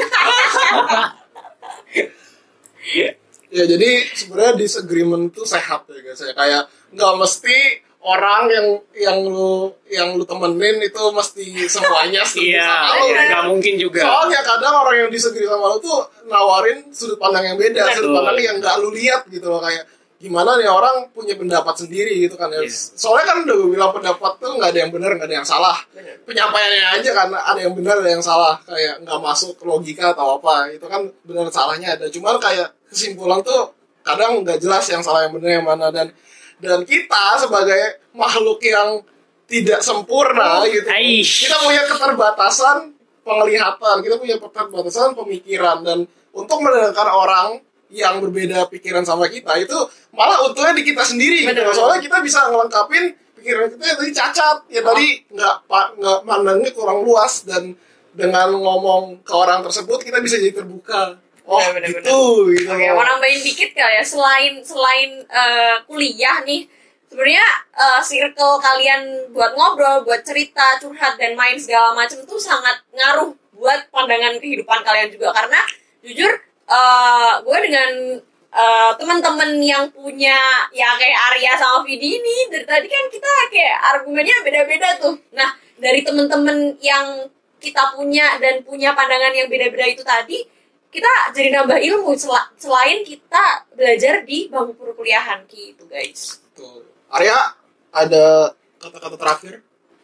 Ya jadi sebenarnya disagreement itu sehat ya guys. Kayak nggak mesti orang yang lu temenin itu mesti semuanya setuju sama lu. Iya, nggak mungkin juga. Soalnya kadang orang yang disagree sama lu tuh nawarin sudut pandang yang beda, sudut pandang yang nggak lu lihat gitu loh, kayak gimana nih orang punya pendapat sendiri gitu kan ya. Soalnya kan udah gue bilang pendapat tuh nggak ada yang benar, nggak ada yang salah. Penyampaiannya aja kan ada yang benar, ada yang salah, kayak nggak masuk logika atau apa. Itu kan benar salahnya ada. Cuman kayak kesimpulan tuh kadang nggak jelas yang salah yang benar yang mana, dan kita sebagai makhluk yang tidak sempurna gitu, kita punya keterbatasan penglihatan, kita punya keterbatasan pemikiran, dan untuk mendengarkan orang yang berbeda pikiran sama kita itu malah untungnya di kita sendiri gitu. Soalnya kita bisa ngelengkapin pikiran kita yang tadi cacat, ya tadi nggak mandangnya kurang luas, dan dengan ngomong ke orang tersebut kita bisa jadi terbuka. Gitu. Oke, mau nambahin dikit kali ya, selain kuliah nih, sebenarnya circle kalian buat ngobrol, buat cerita, curhat dan main segala macam tuh sangat ngaruh buat pandangan kehidupan kalian juga. Karena jujur gue dengan teman-teman yang punya ya kayak Arya sama Vidi ini, dari tadi kan kita kayak argumennya beda-beda tuh. Nah, dari teman-teman yang kita punya dan punya pandangan yang beda-beda itu tadi, kita jadi nambah ilmu selain kita belajar di bangku perkuliahan gitu, guys. Tuh. Arya, ada kata-kata terakhir?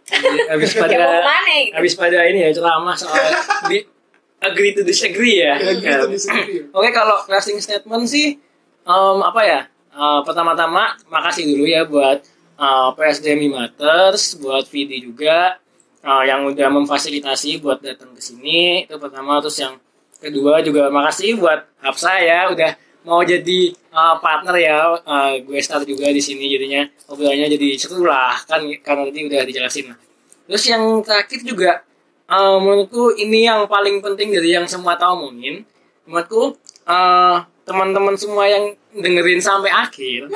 Habis pada ini ya ceramah soal agree to disagree ya. Oke, kalau closing statement sih pertama-tama makasih dulu ya buat PSDMI Matters, buat Vidi juga yang udah memfasilitasi buat datang ke sini. Itu pertama. Terus yang kedua juga makasih buat Hafsa ya udah mau jadi partner ya. Gue start juga di sini, jadinya obrolannya jadi seru lah kan, karena tadi udah dijelasin lah. Terus yang terakhir juga menurutku ini yang paling penting dari yang semua tahu omongin. Menurutku teman-teman semua yang dengerin sampai akhir,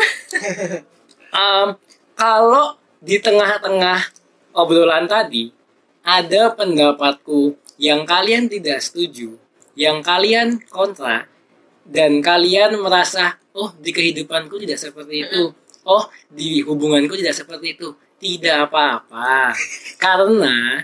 kalau di tengah-tengah obrolan tadi ada pendapatku yang kalian tidak setuju, yang kalian kontra, dan kalian merasa, oh di kehidupanku tidak seperti itu, oh di hubunganku tidak seperti itu, tidak apa-apa, karena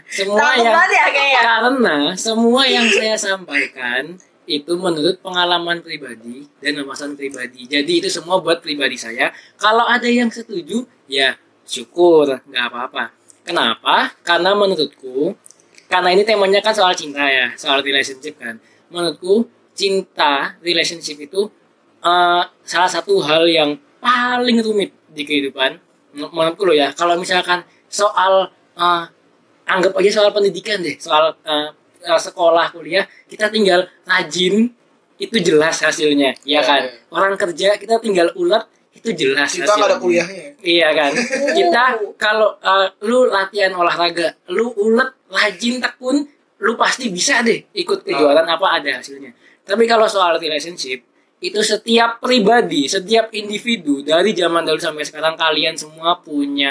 semua yang saya sampaikan itu menurut pengalaman pribadi dan wawasan pribadi. Jadi itu semua buat pribadi saya. Kalau ada yang setuju, ya syukur, nggak apa-apa. Kenapa? Karena menurutku, karena ini temanya kan soal cinta ya, soal relationship kan. Menurutku cinta, relationship itu salah satu hal yang paling rumit di kehidupan. Menurutku loh ya, kalau misalkan soal anggap aja soal pendidikan deh, soal sekolah, kuliah, kita tinggal rajin, itu jelas hasilnya, ya kan? Orang kerja, kita tinggal ulet, itu jelas kita hasilnya. Kita nggak ada kuliahnya. Iya kan? Kita kalau lu latihan olahraga, lu ulet, rajin, tekun, lu pasti bisa deh ikut kejuaraan apa ada hasilnya. Tapi kalau soal relationship, itu setiap pribadi, setiap individu dari zaman dahulu sampai sekarang kalian semua punya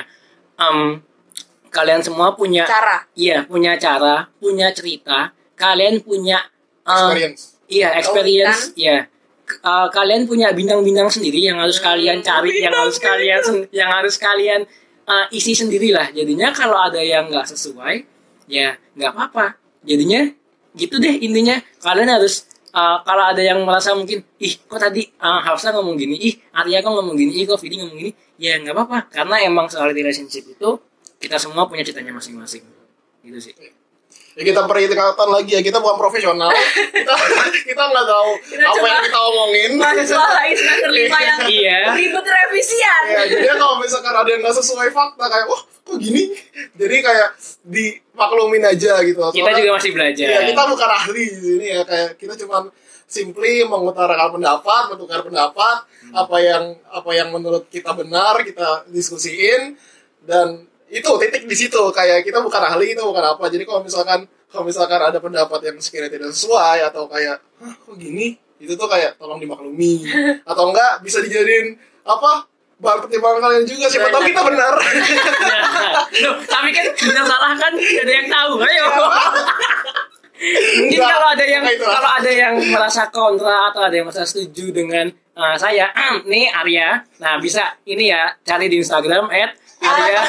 cara. Iya, punya cara, punya cerita, kalian punya experience. Iya, experience, iya. Kalian punya bintang-bintang sendiri yang harus kalian cari, yang harus kalian isi sendirilah. Jadinya kalau ada yang nggak sesuai, ya nggak apa-apa. Jadinya gitu deh intinya. Kalian harus kalau ada yang merasa mungkin, kok tadi Hafsa ngomong gini, Arya kok ngomong gini, kok Vidi ngomong gini, ya nggak apa-apa. Karena emang soal relationship itu kita semua punya ceritanya masing-masing. Gitu sih. Ya kita perikatan lagi ya, kita bukan profesional. kita nggak tahu apa yang kita omongin. Mahasiswa lain semester 5 yang ribet revisian. Ya, jadi kalau misalkan ada yang nggak sesuai fakta kayak, wah kok gini? Jadi kayak dimaklumin aja gitu. Soalnya, kita juga masih belajar. Ya, kita bukan ahli di sini ya, kayak kita cuma simply mengutarakan pendapat, bertukar pendapat, apa yang menurut kita benar kita diskusiin, dan itu titik di situ. Kayak kita bukan ahli, itu bukan apa. Jadi kalau misalkan ada pendapat yang sekiranya tidak sesuai atau kayak kok gini, itu tuh kayak tolong dimaklumi. Atau enggak bisa dijadiin bahan pertimbangan kalian juga, siapa tahu kita benar. Loh, tapi kan benar salah kan ada yang tahu. Ayo. Mungkin kalau ada yang merasa kontra atau ada yang merasa setuju dengan saya, nih Arya. Nah, bisa ini ya, cari di Instagram Arya.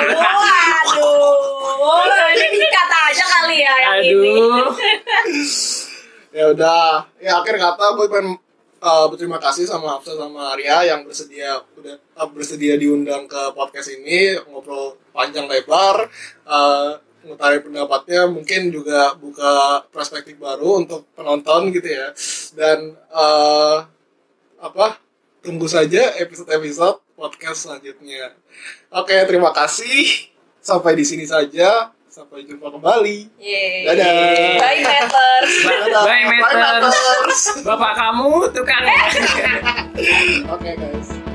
Ini dikata aja kali ya yang ini. Ya udah, ya akhir kata gue pengen berterima kasih sama Hafsa sama Arya yang bersedia diundang ke podcast ini, ngobrol panjang lebar, ngutarin pendapatnya, mungkin juga buka perspektif baru untuk penonton gitu ya. Dan tunggu saja episode-episode podcast selanjutnya. Oke, terima kasih. Sampai di sini saja. Sampai jumpa kembali. Yeay. Dadah. Bye Matters. Bye Matters. Bapak kamu tukang. Oke guys.